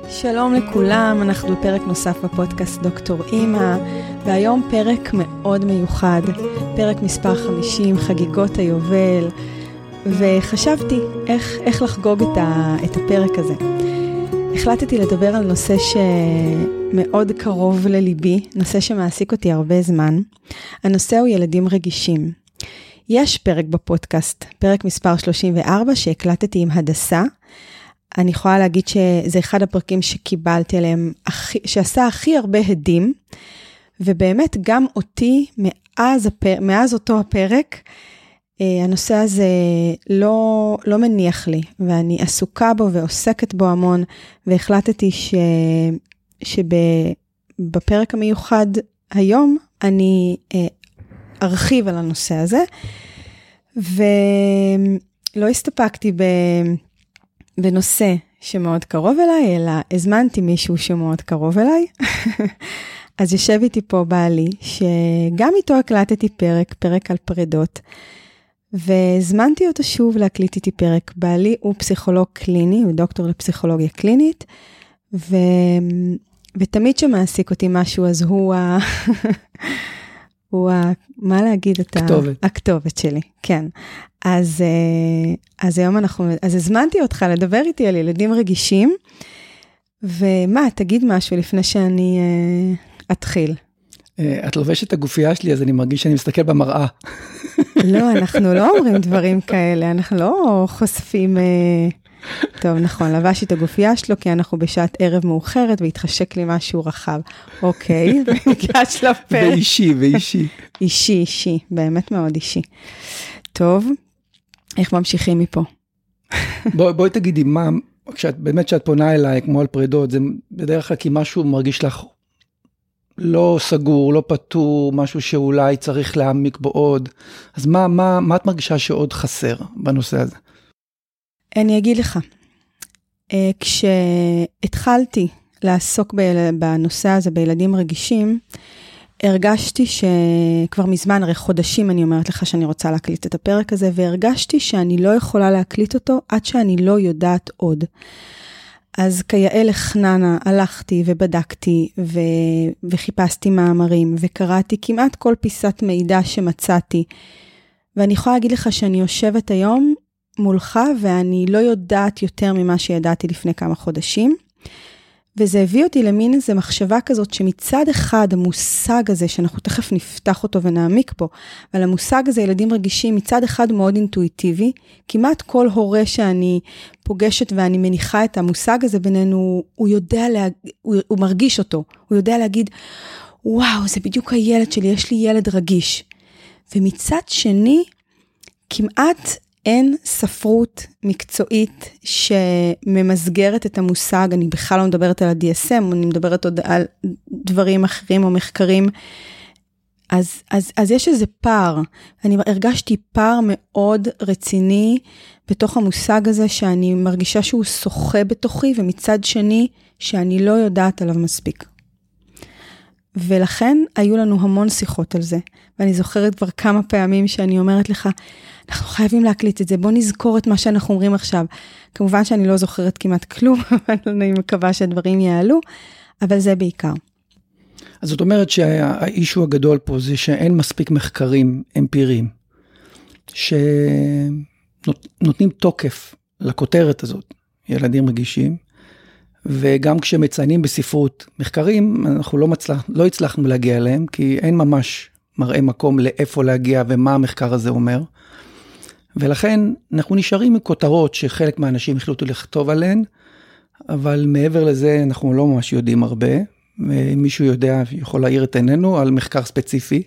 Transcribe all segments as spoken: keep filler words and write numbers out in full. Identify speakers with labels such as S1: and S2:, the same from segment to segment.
S1: שלום לכולם, אנחנו בפרק נוסף בפודקאסט דוקטור אימא, והיום פרק מאוד מיוחד, פרק מספר חמישים, חגיגות היובל, וחשבתי איך, איך לחגוג את, ה, את הפרק הזה. החלטתי לדבר על נושא שמאוד קרוב לליבי, נושא שמעסיק אותי הרבה זמן. הנושא הוא ילדים רגישים. יש פרק בפודקאסט, פרק מספר שלושים וארבע, שהקלטתי עם הדסה. אני יכולה להגיד שזה אחד הפרקים שקיבלתי עליהם, שעשה הכי הרבה הדים, ובאמת גם אותי, מאז, הפר, מאז אותו הפרק, הנושא הזה לא, לא מניח לי, ואני עסוקה בו ועוסקת בו המון, והחלטתי ש, שבפרק המיוחד היום, אני ארחיב על הנושא הזה, ולא הסתפקתי ב... בנושא שמאוד קרוב אליי, אלא הזמנתי מישהו שמאוד קרוב אליי. אז יושב איתי פה בעלי, שגם איתו הקלטתי פרק, פרק על פרדות, והזמנתי אותו שוב להקליט איתי פרק. בעלי הוא פסיכולוג קליני, הוא דוקטור לפסיכולוגיה קלינית, ו... ותמיד שמעסיק אותי משהו, אז הוא ה... הוא ה... מה להגיד? את
S2: הכתובת.
S1: ה... הכתובת שלי, כן. אז, אז היום אנחנו, אז הזמנתי אותך לדבר איתי על ילדים רגישים, ומה, תגיד משהו לפני שאני אתחיל.
S2: את לובשת את הגופייה שלי, אז אני מרגיש שאני מסתכל במראה.
S1: לא, אנחנו לא אומרים דברים כאלה, אנחנו לא חושפים, טוב, נכון, לבש את הגופייה שלו, כי אנחנו בשעת ערב מאוחרת, והתחשק לי משהו רחב. אוקיי, וניגש לפרק.
S2: ואישי, ואישי.
S1: אישי, אישי, באמת מאוד אישי. טוב. איך ממשיכים מפה?
S2: בואי, בואי תגידי, מה, כשאת, באמת שאת פונה אליי, כמו על פרדות, זה בדרך כלל כי משהו מרגיש לך לא סגור, לא פתור, משהו שאולי צריך להעמיק בו עוד. אז מה, מה, מה את מרגישה שעוד חסר בנושא הזה? אני
S1: אגיד לך, כשהתחלתי לעסוק בנושא הזה בילדים רגישים, הרגשתי שכבר מזמן, הרי חודשים אני אומרת לך שאני רוצה להקליט את הפרק הזה, והרגשתי שאני לא יכולה להקליט אותו עד שאני לא יודעת עוד. אז כיאה לחננה הלכתי ובדקתי ו... וחיפשתי מאמרים וקראתי כמעט כל פיסת מידע שמצאתי. ואני יכולה להגיד לך שאני יושבת היום מולך ואני לא יודעת יותר ממה שידעתי לפני כמה חודשים. וזה הביא אותי למין איזו מחשבה כזאת, שמצד אחד המושג הזה, שאנחנו תכף נפתח אותו ונעמיק בו, אבל המושג הזה, ילדים רגישים, מצד אחד הוא מאוד אינטואיטיבי, כמעט כל הורה שאני פוגשת ואני מניחה את המושג הזה בינינו, הוא יודע, לה, הוא, הוא מרגיש אותו, הוא יודע להגיד, וואו, זה בדיוק הילד שלי, יש לי ילד רגיש. ומצד שני, כמעט אין ספרות מקצועית שממסגרת את המושג, אני בכלל לא מדברת על ה-די אס אם, אני מדברת עוד על דברים אחרים או מחקרים, אז, אז, אז יש איזה פער, אני הרגשתי פער מאוד רציני בתוך המושג הזה, שאני מרגישה שהוא שוחה בתוכי, ומצד שני שאני לא יודעת עליו מספיק. ולכן היו לנו המון שיחות על זה, ואני זוכרת כבר כמה פעמים שאני אומרת לך, אנחנו חייבים להקליט את זה, בוא נזכור את מה שאנחנו אומרים עכשיו. כמובן שאני לא זוכרת כמעט כלום, אבל אני מקווה שהדברים יעלו, אבל זה בעיקר.
S2: אז זאת אומרת שהאישו הגדול פה זה שאין מספיק מחקרים אמפיריים, שנותנים תוקף לכותרת הזאת, ילדים רגישים, וגם כשמציינים בספרות מחקרים, אנחנו לא, מצלח, לא הצלחנו להגיע אליהם, כי אין ממש מראה מקום לאיפה להגיע ומה המחקר הזה אומר. ולכן אנחנו נשארים עם כותרות שחלק מהאנשים החליטו לכתוב עליהן, אבל מעבר לזה אנחנו לא ממש יודעים הרבה. אם מישהו יודע, יכול להעיר את עינינו על מחקר ספציפי.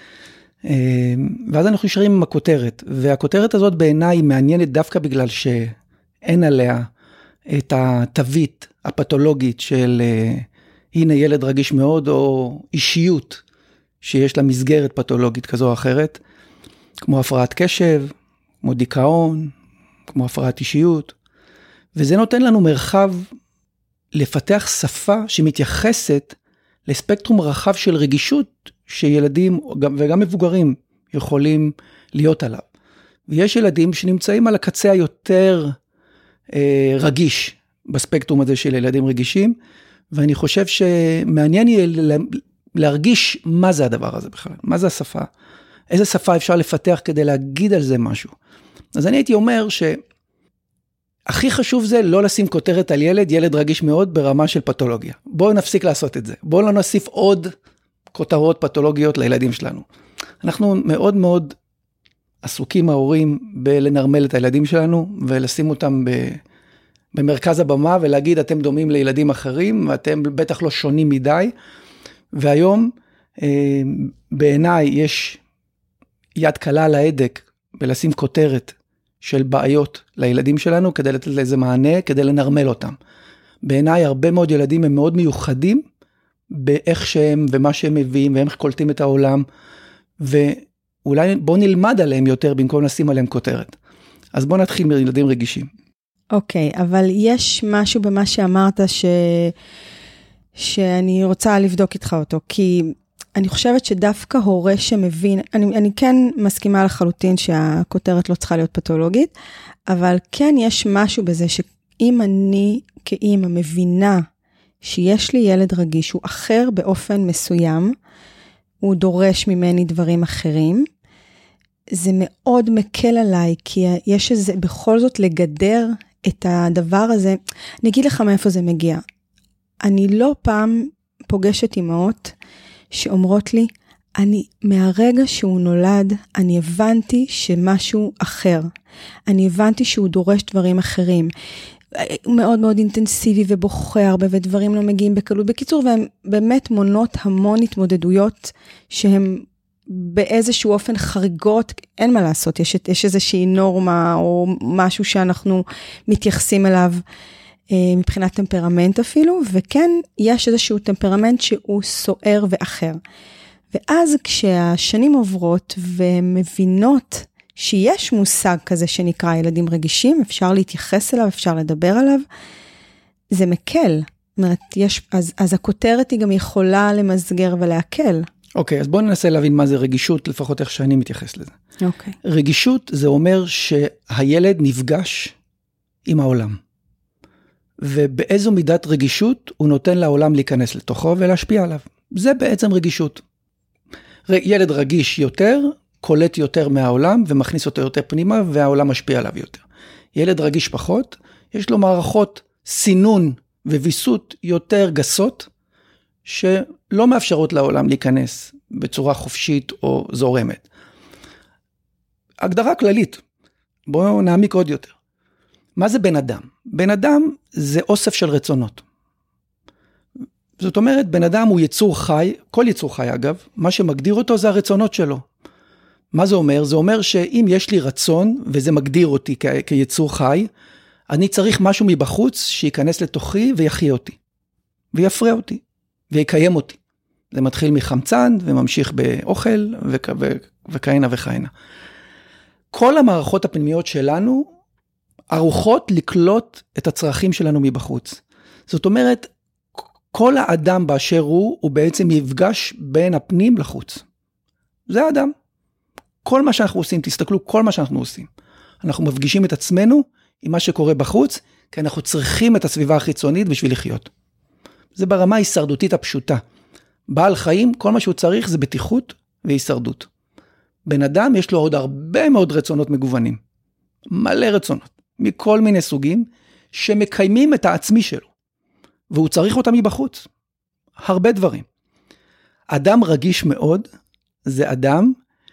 S2: ואז אנחנו נשארים עם הכותרת. והכותרת הזאת בעיניי היא מעניינת דווקא בגלל שאין עליה את התווית הפתולוגית של הנה ילד רגיש מאוד, או אישיות שיש לה מסגרת פתולוגית כזו או אחרת, כמו הפרעת קשב, כמו דיכאון, כמו הפרעת אישיות, וזה נותן לנו מרחב לפתח שפה שמתייחסת לספקטרום רחב של רגישות שילדים וגם מבוגרים יכולים להיות עליו. ויש ילדים שנמצאים על הקצה היותר אה, רגיש בספקטרום הזה של ילדים רגישים, ואני חושב שמעניין יהיה להרגיש מה זה הדבר הזה בכלל, מה זה השפה, איזה שפה אפשר לפתח כדי להגיד על זה משהו. אז אני הייתי אומר שהכי חשוב זה לא לשים כותרת על ילד, ילד רגיש מאוד ברמה של פתולוגיה. בואו נפסיק לעשות את זה, בואו לא נוסיף עוד כותרות פתולוגיות לילדים שלנו. אנחנו מאוד מאוד עסוקים ההורים בלנרמל את הילדים שלנו, ולשים אותם ב... במרכז הבמה, ולהגיד אתם דומים לילדים אחרים, ואתם בטח לא שונים מדי, והיום בעיניי יש יד קלה על ההדק, בלשים כותרת של בעיות לילדים שלנו, כדי לתת לזה מענה, כדי לנרמל אותם. בעיניי הרבה מאוד ילדים הם מאוד מיוחדים, באיך שהם ומה שהם מביאים, ואיך קולטים את העולם, ואולי בוא נלמד עליהם יותר, במקום לשים עליהם כותרת. אז בוא נתחיל מילדים רגישים.
S1: אוקיי, okay, אבל יש משהו במה שאמרת ש... שאני רוצה לבדוק איתך אותו, כי אני חושבת שדווקא הורה שמבין, אני, אני כן מסכימה לחלוטין שהכותרת לא צריכה להיות פתולוגית, אבל כן יש משהו בזה שאם אני כאמא מבינה שיש לי ילד רגיש, הוא אחר באופן מסוים, הוא דורש ממני דברים אחרים, זה מאוד מקל עליי, כי יש איזה, בכל זאת לגדר את הדבר הזה, אני אגיד לך מאיפה זה מגיע. אני לא פעם פוגשת אמהות שאומרות לי, אני מהרגע שהוא נולד, אני הבנתי שמשהו אחר. אני הבנתי שהוא דורש דברים אחרים. הוא מאוד מאוד אינטנסיבי ובוכה הרבה, ודברים לא מגיעים בקלות. בקיצור, והן באמת מונות המון התמודדויות שהן באיזשהו אופן חריגות, אין מה לעשות, יש, יש איזושהי נורמה או משהו שאנחנו מתייחסים אליו מבחינת טמפרמנט אפילו, וכן יש איזשהו טמפרמנט שהוא סוער ואחר. ואז כשהשנים עוברות ומבינות שיש מושג כזה שנקרא ילדים רגישים, אפשר להתייחס אליו, אפשר לדבר עליו, זה מקל. זאת אומרת, יש, אז, אז הכותרת היא גם יכולה למסגר ולהקל.
S2: אוקיי, okay, אז בואו ננסה להבין מה זה רגישות, לפחות איך שאני מתייחס לזה.
S1: אוקיי. Okay.
S2: רגישות זה אומר שהילד נפגש עם העולם. ובאיזו מידת רגישות הוא נותן לעולם להיכנס לתוכו ולהשפיע עליו. זה בעצם רגישות. ילד רגיש יותר, קולט יותר מהעולם ומכניס אותו יותר פנימה והעולם משפיע עליו יותר. ילד רגיש פחות, יש לו מערכות סינון וויסות יותר גסות, שלא מאפשרות לעולם להיכנס בצורה חופשית או זורמת. הגדרה כללית, בואו נעמיק עוד יותר. מה זה בן אדם? בן אדם זה אוסף של רצונות. זאת אומרת, בן אדם הוא יצור חי, כל יצור חי אגב, מה שמגדיר אותו זה הרצונות שלו. מה זה אומר? זה אומר שאם יש לי רצון, וזה מגדיר אותי כ- כיצור חי, אני צריך משהו מבחוץ שיכנס לתוכי ויחיה אותי, ויפרה אותי, ויקיים אותי. זה מתחיל מחמצן וממשיך באוכל וכ- ו- וכהנה וכהנה. כל המערכות הפנימיות שלנו ערוכות לקלוט את הצרכים שלנו מבחוץ. זאת אומרת, כל האדם באשר הוא, הוא בעצם יפגש בין הפנים לחוץ. זה האדם. כל מה שאנחנו עושים, תסתכלו, כל מה שאנחנו עושים. אנחנו מפגישים את עצמנו עם מה שקורה בחוץ, כי אנחנו צריכים את הסביבה החיצונית בשביל לחיות. זה ברמה ההישרדותית הפשוטה. בעל חיים, כל מה שהוא צריך זה בטיחות והישרדות. בן אדם יש לו עוד הרבה מאוד רצונות מגוונים. מלא רצונות, מכל מיני סוגים, שמקיימים את העצמי שלו. והוא צריך אותם מבחוץ. הרבה דברים. אדם רגיש מאוד, זה אדם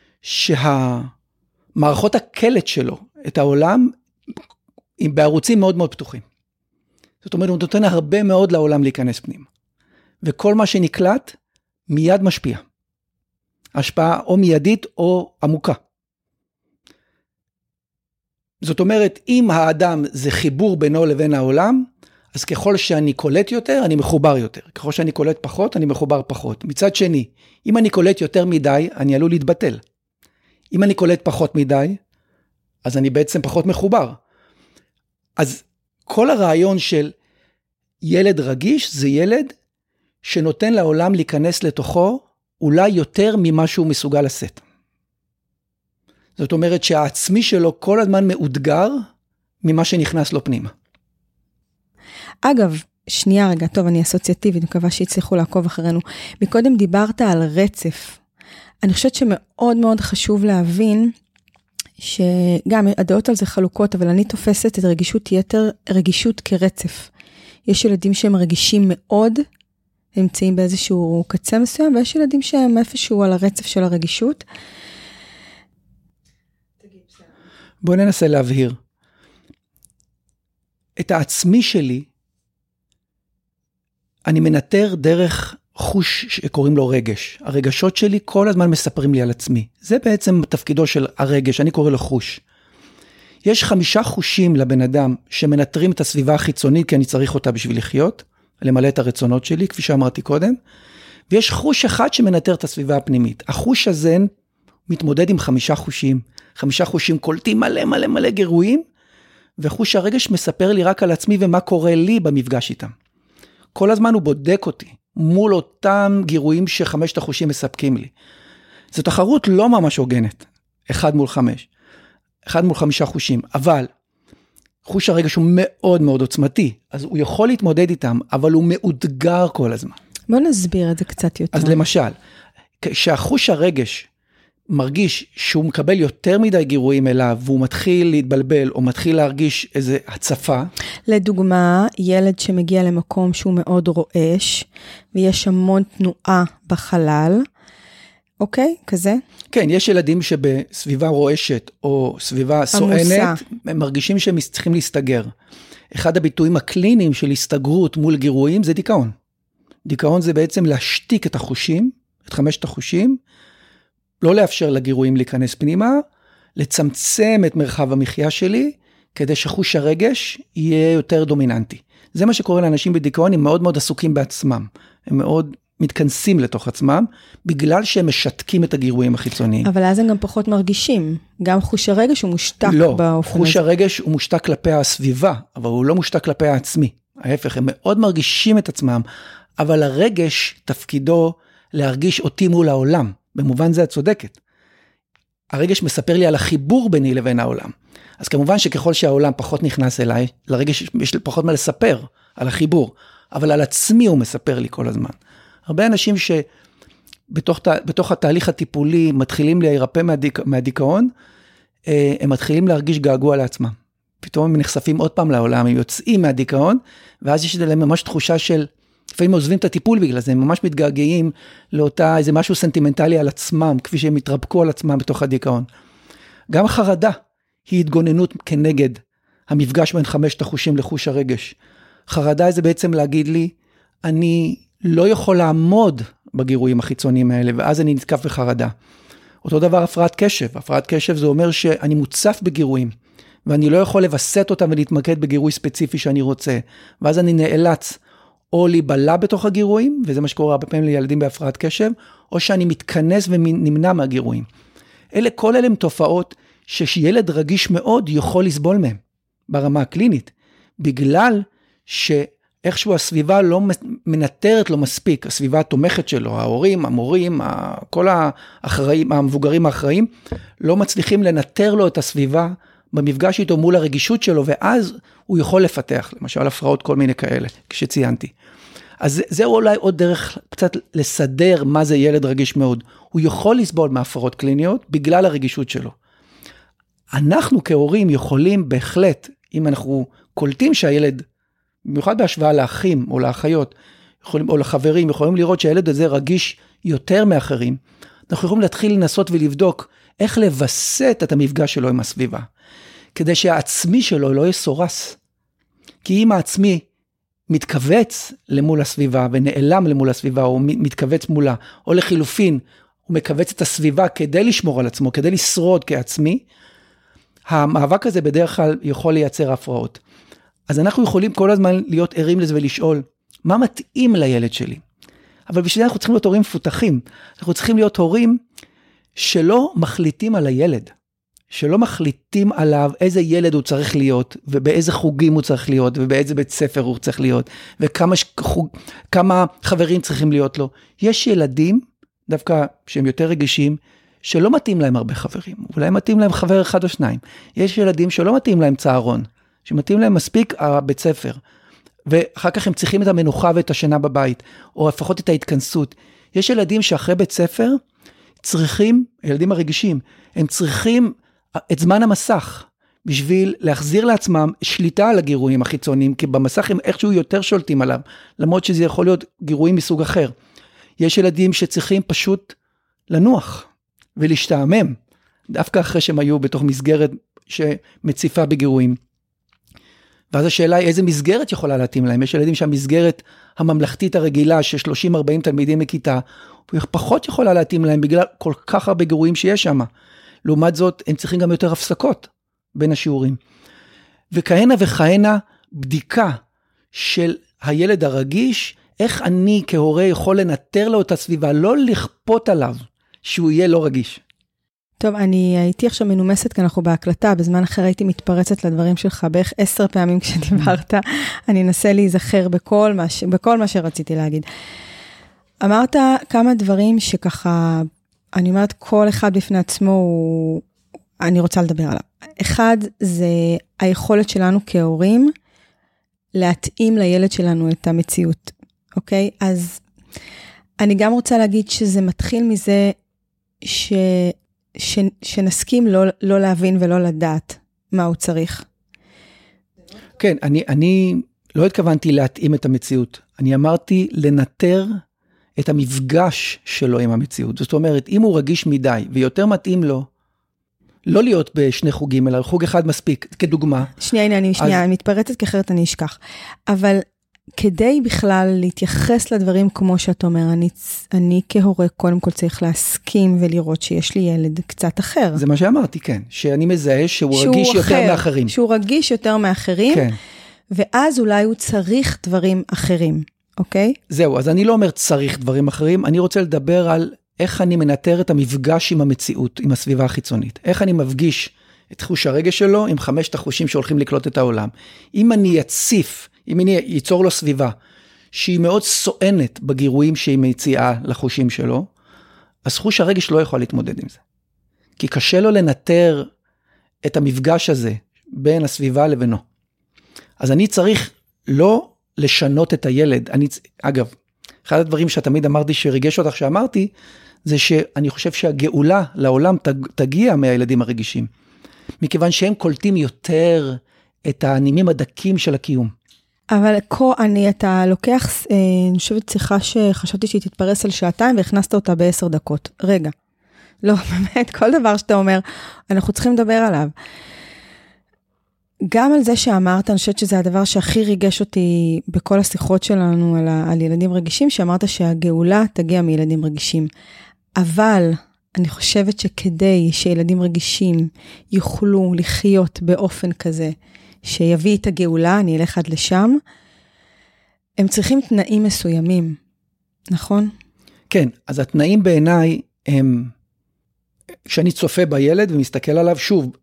S2: שהמערכות הקלט שלו, את העולם, הם בערוצים מאוד מאוד פתוחים. זאת אומרת, הוא נותן הרבה מאוד לעולם להיכנס פנים. וכל מה שנקלט, מיד משפיע. השפעה או מיידית או עמוקה. זאת אומרת, אם האדם זה חיבור בינו לבין העולם, אז ככל שאני קולט יותר, אני מחובר יותר. ככל שאני קולט פחות, אני מחובר פחות. מצד שני, אם אני קולט יותר מדי, אני עלול להתבטל. אם אני קולט פחות מדי, אז אני בעצם פחות מחובר. אז כל הרעיון של ילד רגיש, זה ילד שנותן לעולם להיכנס לתוכו, אולי יותר ממה שהוא מסוגל לשאת. זאת אומרת שהעצמי שלו כל הזמן מאותגר, ממה שנכנס לו פנימה.
S1: אגב, שנייה רגע, טוב, אני אסוציאטיבית, מקווה שיצליחו לעקוב אחרינו. מקודם דיברת על רצף. אני חושבת שמאוד מאוד חשוב להבין, שגם הדעות על זה חלוקות, אבל אני תופסת את רגישות יתר, רגישות כרצף. יש ילדים שהם רגישים מאוד, הם נמצאים באיזשהו קצה מסוים, ויש ילדים שהם איפשהו על הרצף של הרגישות.
S2: בואו ננסה להבהיר. את העצמי שלי, אני מנטר דרך חוש שקוראים לו רגש. הרגשות שלי כל הזמן מספרים לי על עצמי. זה בעצם תפקידו של הרגש, אני קורא לו חוש. יש חמישה חושים לבן אדם שמנטרים את הסביבה החיצונית, כי אני צריך אותה בשביל לחיות, למלא את הרצונות שלי, כפי שאמרתי קודם, ויש חוש אחד שמנטר את הסביבה הפנימית. החוש הזה מתמודד עם חמישה חושים, חמישה חושים קולטים מלא מלא מלא גירויים, וחוש הרגש מספר לי רק על עצמי ומה קורה לי במפגש איתם. כל הזמן הוא בודק אותי, מול אותם גירויים שחמשת החושים מספקים לי. זו תחרות לא ממש הוגנת, אחד מול חמש, אחד מול חמישה חושים, אבל חוש הרגש הוא מאוד מאוד עוצמתי, אז הוא יכול להתמודד איתם, אבל הוא מאותגר כל הזמן.
S1: בוא נסביר את זה קצת יותר.
S2: אז למשל, כשהחוש הרגש מרגיש שהוא מקבל יותר מדי גירויים אליו, והוא מתחיל להתבלבל, או מתחיל להרגיש איזו הצפה.
S1: לדוגמה, ילד שמגיע למקום שהוא מאוד רועש, ויש המון תנועה בחלל, אוקיי? כזה?
S2: כן, יש ילדים שבסביבה רועשת, או סביבה סוענת, הם מרגישים שהם צריכים להסתגר. אחד הביטויים הקליניים של הסתגרות מול גירויים, זה דיכאון. דיכאון זה בעצם להשתיק את החושים, את חמשת החושים, לא לאפשר לגירויים להיכנס פנימה, לצמצם את מרחב המחיה שלי, כדי שחוש הרגש יהיה יותר דומיננטי. זה מה שקורה לאנשים בדיכאון, הם מאוד מאוד עסוקים בעצמם, הם מאוד מתכנסים לתוך עצמם, בגלל שהם משתקים את הגירויים החיצוניים.
S1: אבל אז הם גם פחות מרגישים, גם חוש הרגש הוא מושתק
S2: לא,
S1: באופן הזה.
S2: חוש הרגש הוא מושתק כלפי הסביבה, אבל הוא לא מושתק כלפי העצמי. ההפך, הם מאוד מרגישים את עצמם, אבל הרגש תפקידו להרגיש אותי מול העולם. במובן זה את צודקת. הרגש מספר לי על החיבור ביני לבין העולם. אז כמובן שככל שהעולם פחות נכנס אליי, לרגש יש פחות מה לספר על החיבור, אבל על עצמי הוא מספר לי כל הזמן. הרבה אנשים שבתוך בתוך התהליך הטיפולי מתחילים להירפא מהדיק, מהדיכאון, הם מתחילים להרגיש געגוע לעצמם. פתאום הם נחשפים עוד פעם לעולם, הם יוצאים מהדיכאון, ואז יש להם ממש תחושה של לפעמים עוזבים את הטיפול בגלל זה, הם ממש מתגעגעים לאותה, איזה משהו סנטימנטלי על עצמם, כפי שהם התרפקו על עצמם בתוך הדיכאון. גם החרדה היא התגוננות כנגד המפגש בין חמשת החושים לחוש הרגש. חרדה זה בעצם להגיד לי, אני לא יכול לעמוד בגירויים החיצוניים האלה, ואז אני נתקף בחרדה. אותו דבר הפרעת קשב. הפרעת קשב זה אומר שאני מוצף בגירויים, ואני לא יכול לבסט אותם ולהתמקד בגירוי ספציפי שאני רוצה, ואז אני נאלץ או להיבלה בתוך הגירויים, וזה מה שקורה הרבה פעמים לילדים בהפרעת קשב, או שאני מתכנס ונמנע מהגירויים. אלה, כל אלה הם תופעות שילד רגיש מאוד יכול לסבול מהם, ברמה הקלינית, בגלל שאיכשהו הסביבה לא מנטרת לו מספיק, הסביבה התומכת שלו, ההורים, המורים, כל האחראים, המבוגרים האחראים, לא מצליחים לנטר לו את הסביבה, במפגש איתו מול הרגישות שלו, ואז הוא יכול לפתח, למשל הפרעות כל מיני כאלה, כשציינתי. אז זהו אולי עוד דרך קצת לסדר מה זה ילד רגיש מאוד. הוא יכול לסבול מהפרעות קליניות בגלל הרגישות שלו. אנחנו כהורים יכולים בהחלט, אם אנחנו קולטים שהילד, במיוחד בהשוואה לאחים או לאחיות, יכולים, או לחברים, יכולים לראות שהילד הזה רגיש יותר מאחרים, אנחנו יכולים להתחיל לנסות ולבדוק איך לבסט את המפגש שלו עם הסביבה. כדי שהעצמי שלו לא יסורס. כי אם העצמי מתכווץ למול הסביבה, ונעלם למול הסביבה, או מתכווץ מולה, או לחילופין, הוא מכווץ את הסביבה כדי לשמור על עצמו, כדי לשרוד כעצמי, המאבק הזה בדרך כלל יכול לייצר הפרעות. אז אנחנו יכולים כל הזמן להיות ערים לזה ולשאול, מה מתאים לילד שלי? אבל בשביל זה אנחנו צריכים להיות הורים מפותחים. אנחנו צריכים להיות הורים שלא מחליטים על הילד. שלא מחליטים עליו איזה ילד הוא צריך להיות, ובאיזה חוגים הוא צריך להיות, ובאיזה בית ספר הוא צריך להיות, וכמה חוג, כמה חברים צריכים להיות לו. יש ילדים, דווקא שהם יותר רגישים, שלא מתאים להם הרבה חברים, אולי מתאים להם חבר אחד או שניים. יש ילדים שלא מתאים להם צהרון, שמתאים להם מספיק הבית ספר. ואחר כך הם צריכים את המנוחה ואת השינה בבית, או לפחות את ההתכנסות. יש ילדים שאחרי בית ספר צריכים, ילדים הרגישים, הם צריכים את זמן המסך, בשביל להחזיר לעצמם שליטה על הגירויים החיצוניים, כי במסך הם איכשהו יותר שולטים עליו, למרות שזה יכול להיות גירויים מסוג אחר. יש ילדים שצריכים פשוט לנוח ולהשתעמם, דווקא אחרי שהם היו בתוך מסגרת שמציפה בגירויים. ואז השאלה היא איזה מסגרת יכולה להתאים להם. יש ילדים שהמסגרת הממלכתית הרגילה של שלושים ארבעים תלמידים מכיתה, פחות יכולה להתאים להם בגלל כל כך הרבה גירויים שיש שם. לעומת זאת, הם צריכים גם יותר הפסקות בין השיעורים. וכהנה וכהנה בדיקה של הילד הרגיש, איך אני כהורה יכול לנטר לו את הסביבה, לא לכפות עליו שהוא יהיה לא רגיש.
S1: טוב, אני הייתי עכשיו מנומסת, כי אנחנו בהקלטה, בזמן אחר הייתי מתפרצת לדברים שלך, בערך עשר פעמים כשדיברת, אני אנסה להיזכר בכל מה, בכל מה שרציתי להגיד. אמרת כמה דברים שככה, אני אומרת, כל אחד בפני עצמו, הוא, אני רוצה לדבר עליו. אחד, זה היכולת שלנו כהורים, להתאים לילד שלנו את המציאות, אוקיי? אז אני גם רוצה להגיד שזה מתחיל מזה, ש... ש, שנסכים לא, לא להבין ולא לדעת מה הוא צריך.
S2: כן, אני, אני לא התכוונתי להתאים את המציאות. אני אמרתי לנטר את המפגש שלו עם המציאות. זאת אומרת, אם הוא רגיש מדי ויותר מתאים לו, לא להיות בשני חוגים, אלא חוג אחד מספיק, כדוגמה.
S1: שנייה, הנה, אני שנייה, אז... אני מתפרצת, כי אחרת אני אשכח. אבל כדי בכלל להתייחס לדברים כמו שאת אומר, אני, אני כהורה קודם כל צריך להסכים ולראות שיש לי ילד קצת אחר.
S2: זה מה שאמרתי, כן. שאני מזהה שהוא, שהוא רגיש אחר, יותר מאחרים.
S1: שהוא רגיש יותר מאחרים, כן. ואז אולי הוא צריך דברים אחרים, אוקיי?
S2: זהו, אז אני לא אומר צריך דברים אחרים, אני רוצה לדבר על איך אני מנטר את המפגש עם המציאות, עם הסביבה החיצונית. איך אני מפגיש את חוש הרגש שלו עם חמשת החושים שהולכים לקלוט את העולם. אם אני יציף, אם אני ייצור לו סביבה, שהיא מאוד סוענת בגירויים שהיא מציעה לחושים שלו, אז חוש הרגש לא יכול להתמודד עם זה. כי קשה לו לנטר את המפגש הזה בין הסביבה לבינו. אז אני צריך לא לשנות את הילד. אני, אגב, אחד הדברים שתמיד אמרתי שריגש אותך שאמרתי, זה שאני חושב שהגאולה לעולם תגיע מהילדים הרגישים. מכיוון שהם קולטים יותר את הנימים הדקים של הקיום.
S1: אבל כה אני, אתה לוקח, אני חושבת שיחה שחשבתי שהיא תתפרס על שעתיים, והכנסת אותה בעשר דקות. רגע. לא, באמת, כל דבר שאתה אומר, אנחנו צריכים לדבר עליו. גם על זה שאמרת, אני חושבת שזה הדבר שהכי ריגש אותי בכל השיחות שלנו על, ה, על ילדים רגישים, שאמרת שהגאולה תגיע מילדים רגישים. אבל אני חושבת שכדי שילדים רגישים יוכלו לחיות באופן כזה, שיביא את הגאולה, אני אלך עד לשם, הם צריכים תנאים מסוימים, נכון?
S2: כן, אז התנאים בעיניי הם, כשאני צופה בילד ומסתכל עליו, שוב,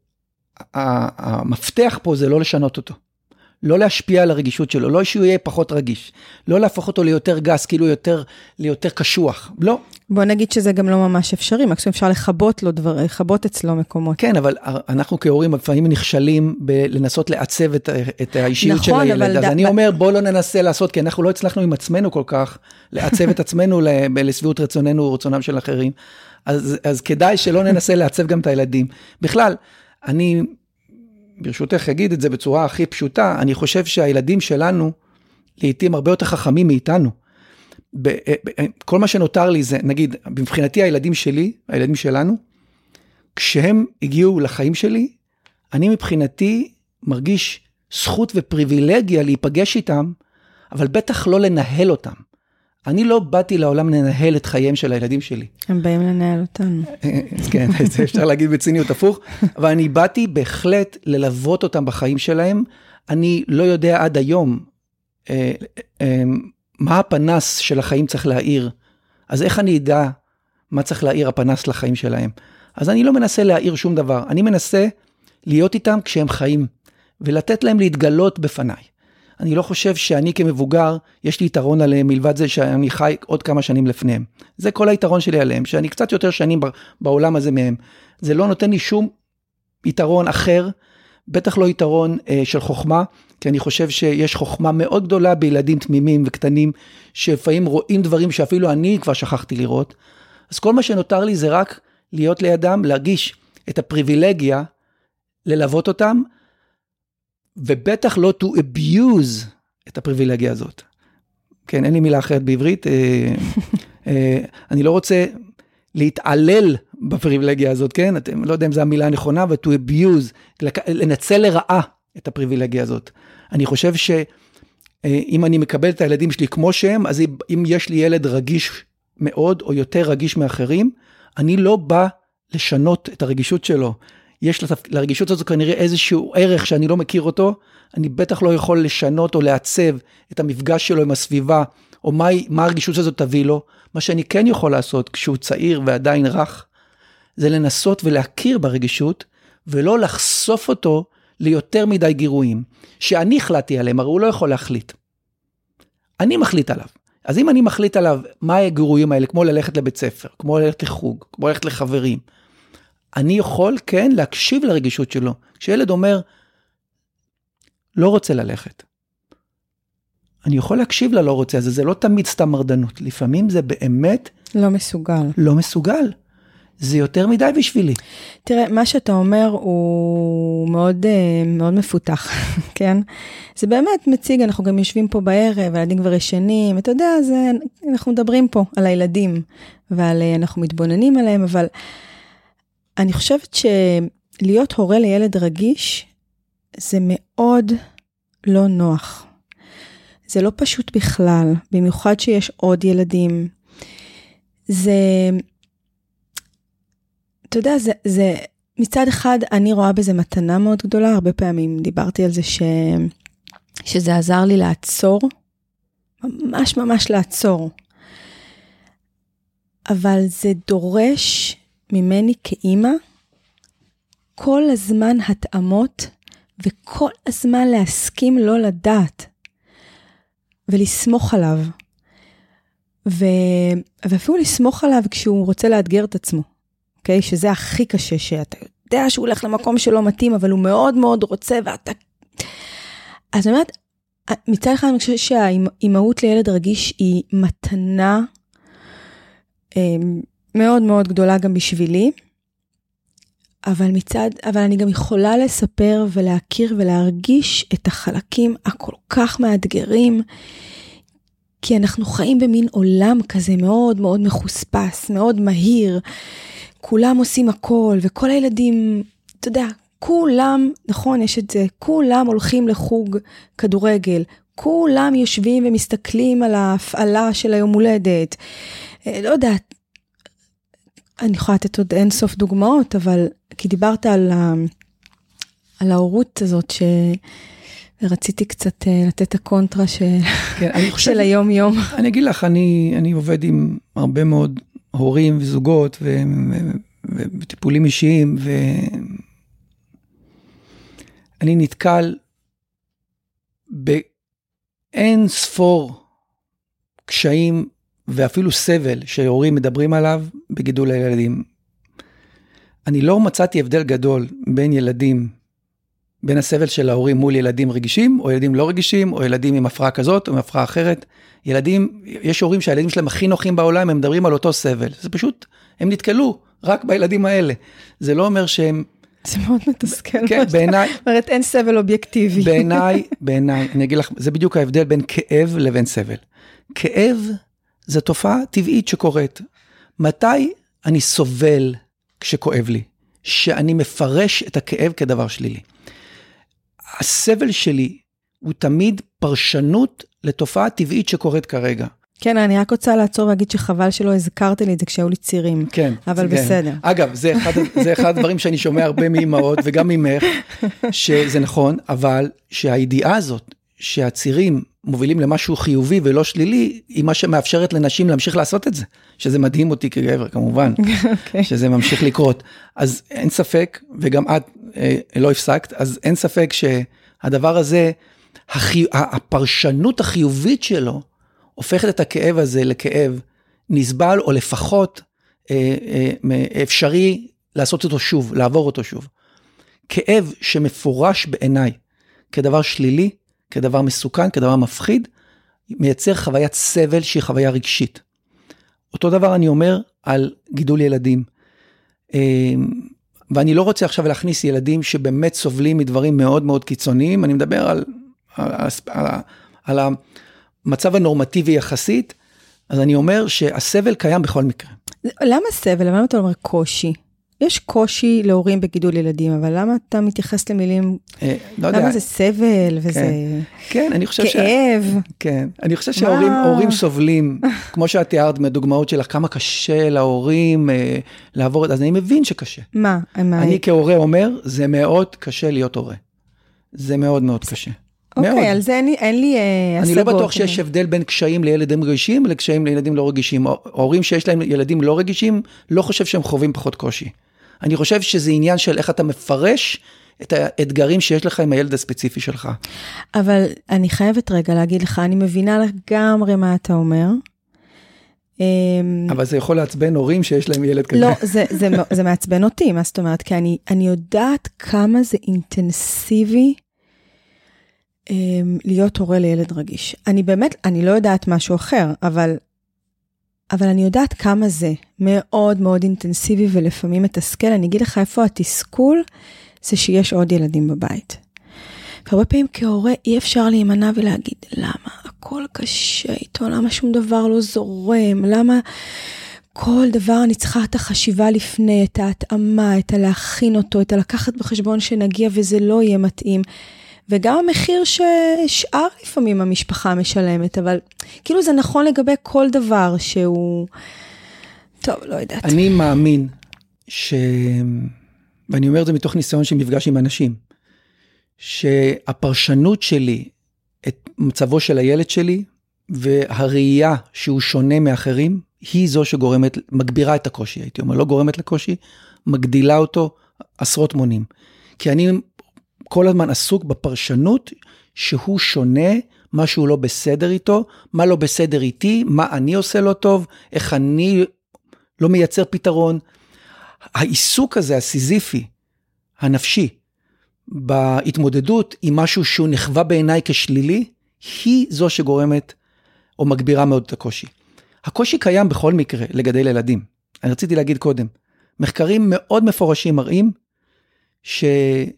S2: המפתח פה זה לא לשנות אותו, לא להשפיע על הרגישות שלו, לא שהוא יהיה פחות רגיש, לא להפוך אותו ליותר גס, כאילו יותר, ליותר קשוח, לא.
S1: בוא נגיד שזה גם לא ממש אפשרי, מקסימום אפשר לחבות לו דבר, לחבות אצלו מקומות.
S2: כן, אבל אנחנו כהורים לפעמים נכשלים בלנסות לעצב את, את האישיות
S1: נכון,
S2: של הילד, אז
S1: ד...
S2: אני
S1: ב...
S2: אומר בוא לא ננסה לעשות, כי אנחנו לא הצלחנו עם עצמנו כל כך, לעצב את עצמנו לסביעות רצוננו ורצונם של אחרים, אז, אז כדאי שלא ננסה לעצב גם את הילדים. בכלל, אני ברשותך אגיד את זה בצורה הכי פשוטה, אני חושב שהילדים שלנו לעתים הרבה יותר חכמים מאיתנו. כל מה שנותר לי זה, נגיד, מבחינתי הילדים שלי, הילדים שלנו, כשהם הגיעו לחיים שלי, אני מבחינתי מרגיש זכות ופריבילגיה להיפגש איתם, אבל בטח לא לנהל אותם. אני לא באתי לעולם לנהל את חייהם של הילדים שלי.
S1: הם באים לנהל אותנו.
S2: כן, זה אפשר להגיד בציניות הפוך, אבל אני באתי בהחלט ללוות אותם בחיים שלהם. אני לא יודע עד היום אה, אה, מה הפנס של החיים צריך להעיר. אז איך אני אדע מה צריך להעיר הפנס לחיים שלהם? אז אני לא מנסה להעיר שום דבר. אני מנסה להיות איתם כשהם חיים, ולתת להם להתגלות בפניי. אני לא חושב שאני כמבוגר, יש לי יתרון עליהם, מלבד זה שאני חי עוד כמה שנים לפניהם. זה כל היתרון שלי עליהם, שאני קצת יותר שנים בעולם הזה מהם. זה לא נותן לי שום יתרון אחר, בטח לא יתרון אה, של חוכמה, כי אני חושב שיש חוכמה מאוד גדולה בילדים תמימים וקטנים, שלפעמים רואים דברים שאפילו אני כבר שכחתי לראות, אז כל מה שנותר לי זה רק להיות לידם, להרגיש את הפריבילגיה, ללוות אותם, ובטח לא to abuse את הפריבילגיה הזאת. כן, אין לי מילה אחרת בעברית, אה, אה, אני לא רוצה להתעלל בפריבילגיה הזאת, כן? אתם לא יודע אם זו המילה הנכונה, ו-to abuse, לנצל לרעה את הפריבילגיה הזאת. אני חושב שאם אני מקבל את הילדים שלי כמו שהם, אז אם יש לי ילד רגיש מאוד, או יותר רגיש מאחרים, אני לא בא לשנות את הרגישות שלו. יש לרגישות הזו כנראה איזשהו ערך שאני לא מכיר אותו, אני בטח לא יכול לשנות או לעצב את המפגש שלו עם הסביבה, או מה, מה הרגישות הזו תביא לו. מה שאני כן יכול לעשות כשהוא צעיר ועדיין רך, זה לנסות ולהכיר ברגישות, ולא לחשוף אותו ליותר מדי גירויים, שאני החלטתי עליהם, הרי הוא לא יכול להחליט. אני מחליט עליו. אז אם אני מחליט עליו, מה הגירויים האלה, כמו ללכת לבית ספר, כמו ללכת לחוג, כמו ללכת לחברים, אני יכול כן להקשיב לרגישות שלו. כשילד אומר, לא רוצה ללכת. אני יכול להקשיב לה לא רוצה, אז זה לא תמיד סתם מרדנות. לפעמים זה באמת...
S1: לא מסוגל.
S2: לא מסוגל. זה יותר מדי בשבילי.
S1: תראה, מה שאתה אומר הוא מאוד, מאוד מפותח, כן? זה באמת מציג, אנחנו גם יושבים פה בערב, הילדים כבר ישנים, אתה יודע, זה, אנחנו מדברים פה על הילדים, ועל, אנחנו מתבוננים עליהם, אבל אני חושבת שלהיות הורה לילד רגיש, זה מאוד לא נוח. זה לא פשוט בכלל, במיוחד שיש עוד ילדים. זה... אתה יודע, זה, זה, מצד אחד אני רואה בזה מתנה מאוד גדולה, הרבה פעמים דיברתי על זה ש, שזה עזר לי לעצור, ממש ממש לעצור. אבל זה דורש ממני כאימא, כל הזמן התאמות, וכל הזמן להסכים לא לדעת, ולסמוך עליו. ו, ואפילו לסמוך עליו כשהוא רוצה לאתגר את עצמו. Okay, שזה הכי קשה, שאתה יודע שהוא הולך למקום שלא מתאים, אבל הוא מאוד מאוד רוצה, ואתה... אז אני אומרת, מצד אחד אני חושבת שהאימהות לילד רגיש היא מתנה אה, מאוד מאוד גדולה גם בשבילי, אבל מצד, אבל אני גם יכולה לספר ולהכיר ולהרגיש את החלקים הכל כך מאתגרים, כי אנחנו חיים במין עולם כזה מאוד מאוד מחוספס, מאוד מהיר, כולם עושים הכל, וכל הילדים, אתה יודע, כולם, נכון, יש את זה, כולם הולכים לחוג כדורגל, כולם יושבים ומסתכלים על ההפעלה של היום הולדת, לא יודעת, אני יכולה לתת עוד אין סוף דוגמאות, אבל כי דיברת על, ה, על ההורות הזאת, שרציתי קצת לתת הקונטרה ש, כן, אני חושב, של היום יום.
S2: אני אגיד לך, אני, אני עובד עם הרבה מאוד הורים וזוגות ו, ו, וטיפולים אישיים, ואני נתקל באין ספור קשיים, ואפילו סבל שהורים מדברים עליו בגידול הילדים. אני לא מצאתי הבדל גדול בין ילדים, בין הסבל של ההורים מול ילדים רגישים, או ילדים לא רגישים, או ילדים עם הפרעה כזאת, או עם הפרעה אחרת. ילדים, יש הורים שהילדים שלהם הכי נוחים בעולם, הם מדברים על אותו סבל. זה פשוט, הם נתקלו רק בילדים האלה. זה לא אומר שהם...
S1: זה מאוד מתסכל.
S2: כן, בעיניי...
S1: אומרת, אין סבל אובייקטיבי.
S2: בעיניי, בעיניי, אני אגיד לך, זה בדיוק ההבדל בין כאב לבין סבל. כאב זו תופעה טבעית שקורית. מתי אני סובל כשכואב לי? שאני מפרש את הכאב כדבר שלילי. הסבל שלי הוא תמיד פרשנות לתופעה טבעית שקורית כרגע.
S1: כן, אני רק רוצה לעצור ולהגיד שחבל שלא הזכרתי לי את זה כשהיו לי צירים.
S2: כן.
S1: אבל
S2: כן.
S1: בסדר.
S2: אגב, זה אחד, זה אחד הדברים שאני שומע הרבה מאמהות, וגם ממך, שזה נכון, אבל שהידיעה הזאת, שהצירים מובילים למשהו חיובי ולא שלילי, היא מה שמאפשרת לנשים להמשיך לעשות את זה. שזה מדהים אותי כגבר, כמובן. Okay. שזה ממשיך לקרות. אז אין ספק, וגם את אה, לא הפסקת, אז אין ספק שהדבר הזה, החי... הפרשנות החיובית שלו, הופכת את הכאב הזה לכאב נסבל, או לפחות אה, אה, אפשרי לעשות אותו שוב, לעבור אותו שוב. כאב שמפורש בעיניי, כדבר שלילי, כדבר מסוכן, כדבר מפחיד, מייצר חוויית סבל שהיא חוויה רגשית. אותו דבר אני אומר על גידול ילדים. ואני לא רוצה עכשיו להכניס ילדים שבאמת סובלים מדברים מאוד מאוד קיצוניים, אני מדבר על, על, על, על המצב הנורמטיבי יחסית, אז אני אומר שהסבל קיים בכל מקרה.
S1: למה סבל? למה אתה אומר קושי? יש קושי להורים בגידול ילדים, אבל למה אתה מתייחס למילים, למה זה סבל וזה כאב?
S2: כן, אני חושב שההורים סובלים, כמו שאת תיארת מהדוגמאות שלך, כמה קשה להורים לעבור, אז אני מבין שקשה.
S1: מה?
S2: אני כהורה אומר, זה מאוד קשה להיות הורה. זה מאוד מאוד קשה.
S1: אוקיי, על זה אין לי השגות.
S2: אני לא בטוח שיש הבדל בין קשיים לילדים רגישים, לקשיים לילדים לא רגישים. הורים שיש להם ילדים לא רגישים, לא חושב שהם חווים פחות קושי. אני חושב שזה עניין של איך אתה מפרש את האתגרים שיש לך עם הילד הספציפי שלך.
S1: אבל אני חייבת רגע להגיד לך, אני מבינה לגמרי מה אתה אומר.
S2: אבל זה יכול לעצבן הורים שיש להם ילד כזה.
S1: לא, זה, זה, זה מעצבן אותי, מה זאת אומרת? כי אני, אני יודעת כמה זה אינטנסיבי להיות הורה לילד רגיש. אני באמת, אני לא יודעת משהו אחר, אבל, אבל אני יודעת כמה זה מאוד מאוד אינטנסיבי ולפעמים מתסכל. אני אגיד לך איפה התסכול, זה שיש עוד ילדים בבית. והרבה פעמים כהורה אי אפשר להימנע ולהגיד, למה הכל קשה איתו, למה שום דבר לא זורם, למה כל דבר אני צריכה את החשיבה לפני, את ההתאמה, את הלהכין אותו, את הלקחת בחשבון שנגיע וזה לא יהיה מתאים. וגם המחיר ששאר לפעמים המשפחה משלמת, אבל כאילו זה נכון לגבי כל דבר שהוא, טוב, לא יודעת.
S2: אני מאמין ש... ואני אומר את זה מתוך ניסיון של מפגש עם אנשים, שהפרשנות שלי את מצבו של הילד שלי, והראייה שהוא שונה מאחרים, היא זו שגורמת, מגבירה את הקושי, הייתי אומר, לא גורמת לקושי, מגדילה אותו עשרות מונים. כי אני כל הזמן עסוק בפרשנות שהוא שונה, משהו לא בסדר איתו, מה לא בסדר איתי, מה אני עושה לא טוב, איך אני לא מייצר פתרון. העיסוק הזה, הסיזיפי, הנפשי, בהתמודדות עם משהו שהוא נחווה בעיניי כשלילי, היא זו שגורמת או מגבירה מאוד את הקושי. הקושי קיים בכל מקרה לגדל ילדים. אני רציתי להגיד קודם, מחקרים מאוד מפורשים מראים שרמת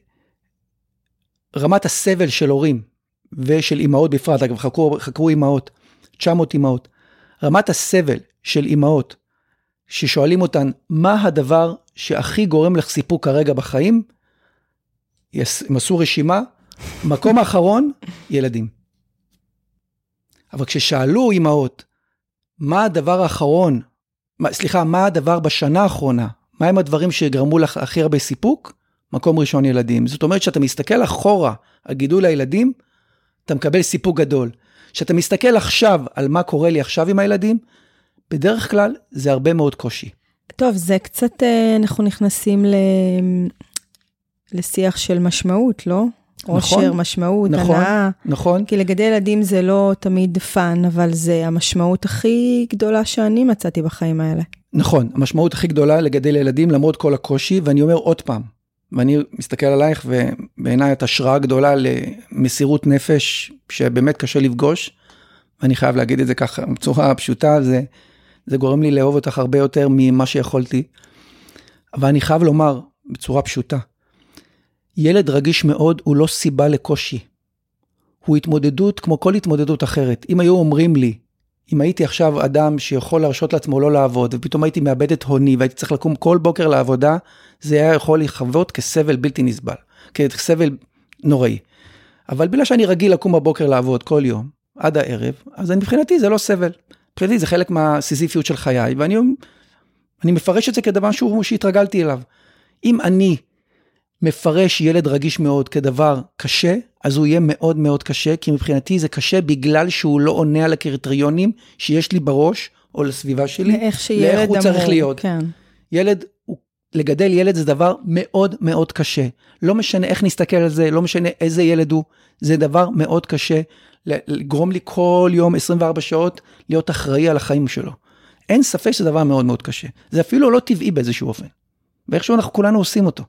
S2: הסבל של הורים ושל אימהות בפרט, אגב חקרו, חקרו אימהות, תשע מאות אימהות, רמת הסבל של אימהות ששואלים אותן מה הדבר שהכי גורם לך סיפוק כרגע בחיים, הם עשו רשימה, מקום האחרון, ילדים. אבל כששאלו אימהות, מה הדבר האחרון, סליחה, מה הדבר בשנה האחרונה, מה הם הדברים שגרמו לך הכי הרבה סיפוק? מקום ראשון ילדים. זאת אומרת שאתה מסתכל אחורה על גידול הילדים, אתה מקבל סיפוק גדול. שאתה מסתכל עכשיו על מה קורה לי עכשיו עם הילדים, בדרך כלל זה הרבה מאוד קושי.
S1: טוב, זה קצת, אנחנו נכנסים ל... לשיח של משמעות, לא?
S2: נכון,
S1: אושר, משמעות,
S2: נכון,
S1: הנאה.
S2: נכון.
S1: כי לגדל ילדים זה לא תמיד פן, אבל זה המשמעות הכי גדולה שאני מצאתי בחיים האלה.
S2: נכון, המשמעות הכי גדולה לגדל ילדים למרות כל הקושי, ואני אומר עוד פעם, ואני מסתכל עלייך ובעיניי את השראה גדולה למסירות נפש שבאמת קשה לפגוש, ואני חייב להגיד את זה ככה בצורה פשוטה, זה, זה גורם לי לאהוב אותך הרבה יותר ממה שיכולתי, אבל אני חייב לומר בצורה פשוטה, ילד רגיש מאוד הוא לא סיבה לקושי. הוא התמודדות כמו כל התמודדות אחרת. אם היו אומרים לי, אם הייתי עכשיו אדם שיכול להרשות לעצמו לא לעבוד, ופתאום הייתי מאבד את הוני, והייתי צריך לקום כל בוקר לעבודה, זה היה יכול לחוות כסבל בלתי נסבל, כסבל נוראי. אבל בגלל שאני רגיל לקום בבוקר לעבוד כל יום, עד הערב, אז מבחינתי זה לא סבל. מבחינתי זה חלק מהסיזיפיות של חיי, ואני אני מפרש את זה כדבר שהוא שהתרגלתי אליו. אם אני מפרש ילד רגיש מאוד כדבר קשה, אז הוא יהיה מאוד מאוד קשה, כי מבחינתי זה קשה בגלל שהוא לא עונה על הקריטריונים שיש לי בראש, או לסביבה שלי,
S1: לאיך שילד
S2: לאיך הוא
S1: אמור,
S2: צריך להיות.
S1: כן.
S2: ילד, לגדל ילד זה דבר מאוד מאוד קשה. לא משנה איך נסתכל על זה, לא משנה איזה ילד הוא, זה דבר מאוד קשה, לגרום לי כל יום עשרים וארבע שעות, להיות אחראי על החיים שלו. אין ספק שזה דבר מאוד מאוד קשה. זה אפילו לא טבעי באיזשהו אופן. ואיכשהו אנחנו כולנו עושים אותו.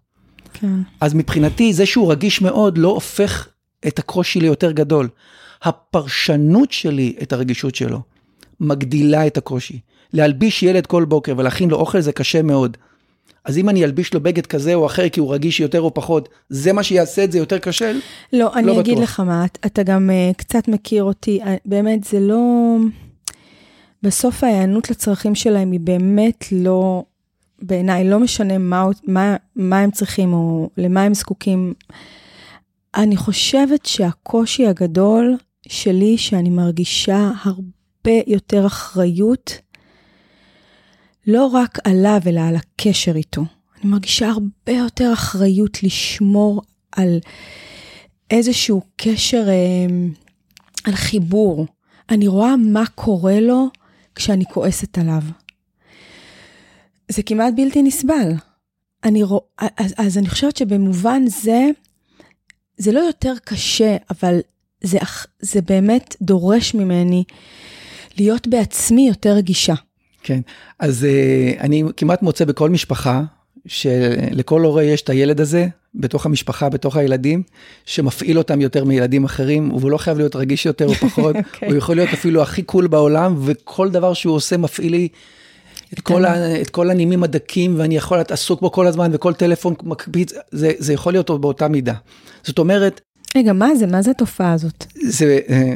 S1: כן.
S2: אז מבחינתי, זה שהוא רגיש מאוד, לא הופך את הקושי ליותר גדול. הפרשנות שלי, את הרגישות שלו, מגדילה את הקושי. להלביש ילד כל בוקר ולהכין לו אוכל, זה קשה מאוד. אז אם אני אלביש לו בגד כזה או אחר, כי הוא רגיש יותר או פחות, זה מה שיעשה את זה יותר קשה?
S1: לא, אני אגיד לך מה, אתה גם קצת מכיר אותי, באמת זה לא... בסוף ההיענות לצרכים שלהם היא באמת לא, בעיניי, לא משנה מה, מה, מה הם צריכים או למה הם זקוקים. אני חושבת שהקושי הגדול שלי, שאני מרגישה הרבה יותר אחריות, לא רק עליו, אלא על הקשר איתו. אני מרגישה הרבה יותר אחריות לשמור על איזשהו קשר, על חיבור. אני רואה מה קורה לו כשאני כועסת עליו. זה כמעט בלתי נסבל. אני רוא... אז, אז אני חושבת שבמובן זה, זה לא יותר קשה, אבל זה, זה באמת דורש ממני להיות בעצמי יותר רגישה.
S2: כן, אז uh, אני כמעט מוצא בכל משפחה, שלכל הורה יש את הילד הזה, בתוך המשפחה, בתוך הילדים, שמפעיל אותם יותר מילדים אחרים, והוא לא חייב להיות רגיש יותר או פחות, okay. הוא יכול להיות אפילו הכי קול בעולם, וכל דבר שהוא עושה מפעיל לי את כל, ה, את כל הנימים הדקים, ואני יכול להיות עסוק בו כל הזמן, וכל טלפון מקפיץ, זה, זה יכול להיות באותה מידה. זאת אומרת...
S1: רגע, מה זה? מה זה התופעה הזאת?
S2: זה...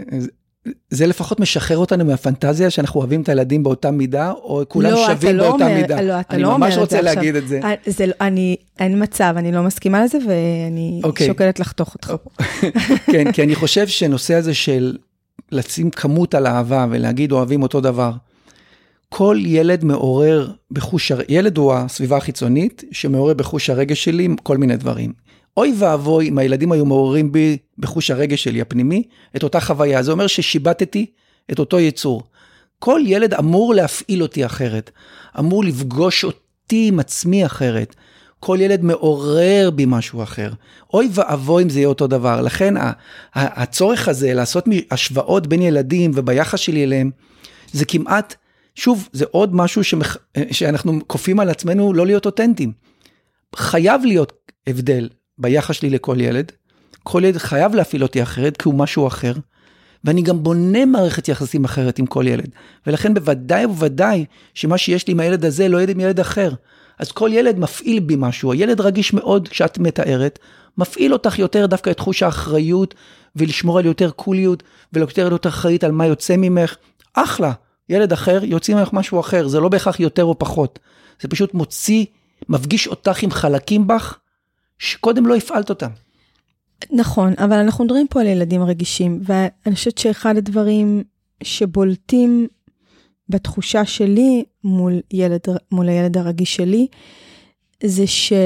S2: זה לפחות משחרר אותנו מהפנטזיה שאנחנו אוהבים את הילדים באותה מידה, או כולם
S1: לא,
S2: שווים
S1: לא
S2: באותה
S1: אומר,
S2: מידה.
S1: לא, אתה
S2: אני
S1: לא
S2: ממש
S1: אומר
S2: רוצה
S1: את זה
S2: להגיד
S1: עכשיו.
S2: את זה.
S1: זה אני, אין מצב, אני לא מסכימה לזה, ואני okay. שוקלת לחתוך אותך.
S2: כן, כי אני חושב שנושא הזה של לשים כמות על אהבה, ולהגיד אוהבים אותו דבר, כל ילד מעורר בחוש, ילד הוא הסביבה החיצונית, שמעורר בחוש הרגש שלי כל מיני דברים. אוי ואבוי, אם הילדים היו מעוררים בי בחוש הרגש שלי הפנימי, את אותה חוויה. זה אומר ששיבטתי את אותו יצור. כל ילד אמור להפעיל אותי אחרת, אמור לפגוש אותי עם עצמי אחרת. כל ילד מעורר בי משהו אחר. אוי ואבוי אם זה יהיה אותו דבר. לכן הצורך הזה לעשות השוואות בין ילדים וביחס שלי אליהם, זה כמעט, שוב, זה עוד משהו שמח... שאנחנו קופים על עצמנו לא להיות אותנטיים. חייב להיות הבדל ביחס שלי לכל ילד. כל ילד חייב להפעיל אותי אחרת, כי הוא משהו אחר. ואני גם בונה מערכת יחסים אחרת עם כל ילד. ולכן בוודאי ובוודאי שמה שיש לי עם הילד הזה לא יהיה עם ילד אחר. אז כל ילד מפעיל בי משהו. הילד רגיש מאוד כשאת מתארת, מפעיל אותך יותר דווקא את חוש האחריות, ולשמור על יותר קוליות, ולותר יותר אחראית על מה יוצא ממך. אחלה. ילד אחר יוצא ממך משהו אחר. זה לא בהכרח יותר או פחות. זה פשוט מוציא, מפגיש אותך עם חלקים בך, שקודם לא הפעלת אותם.
S1: נכון, אבל אנחנו מדברים פה על ילדים רגישים, ואני חושבת שאחד הדברים שבולטים בתחושה שלי מול ילד, מול הילד הרגיש שלי, זה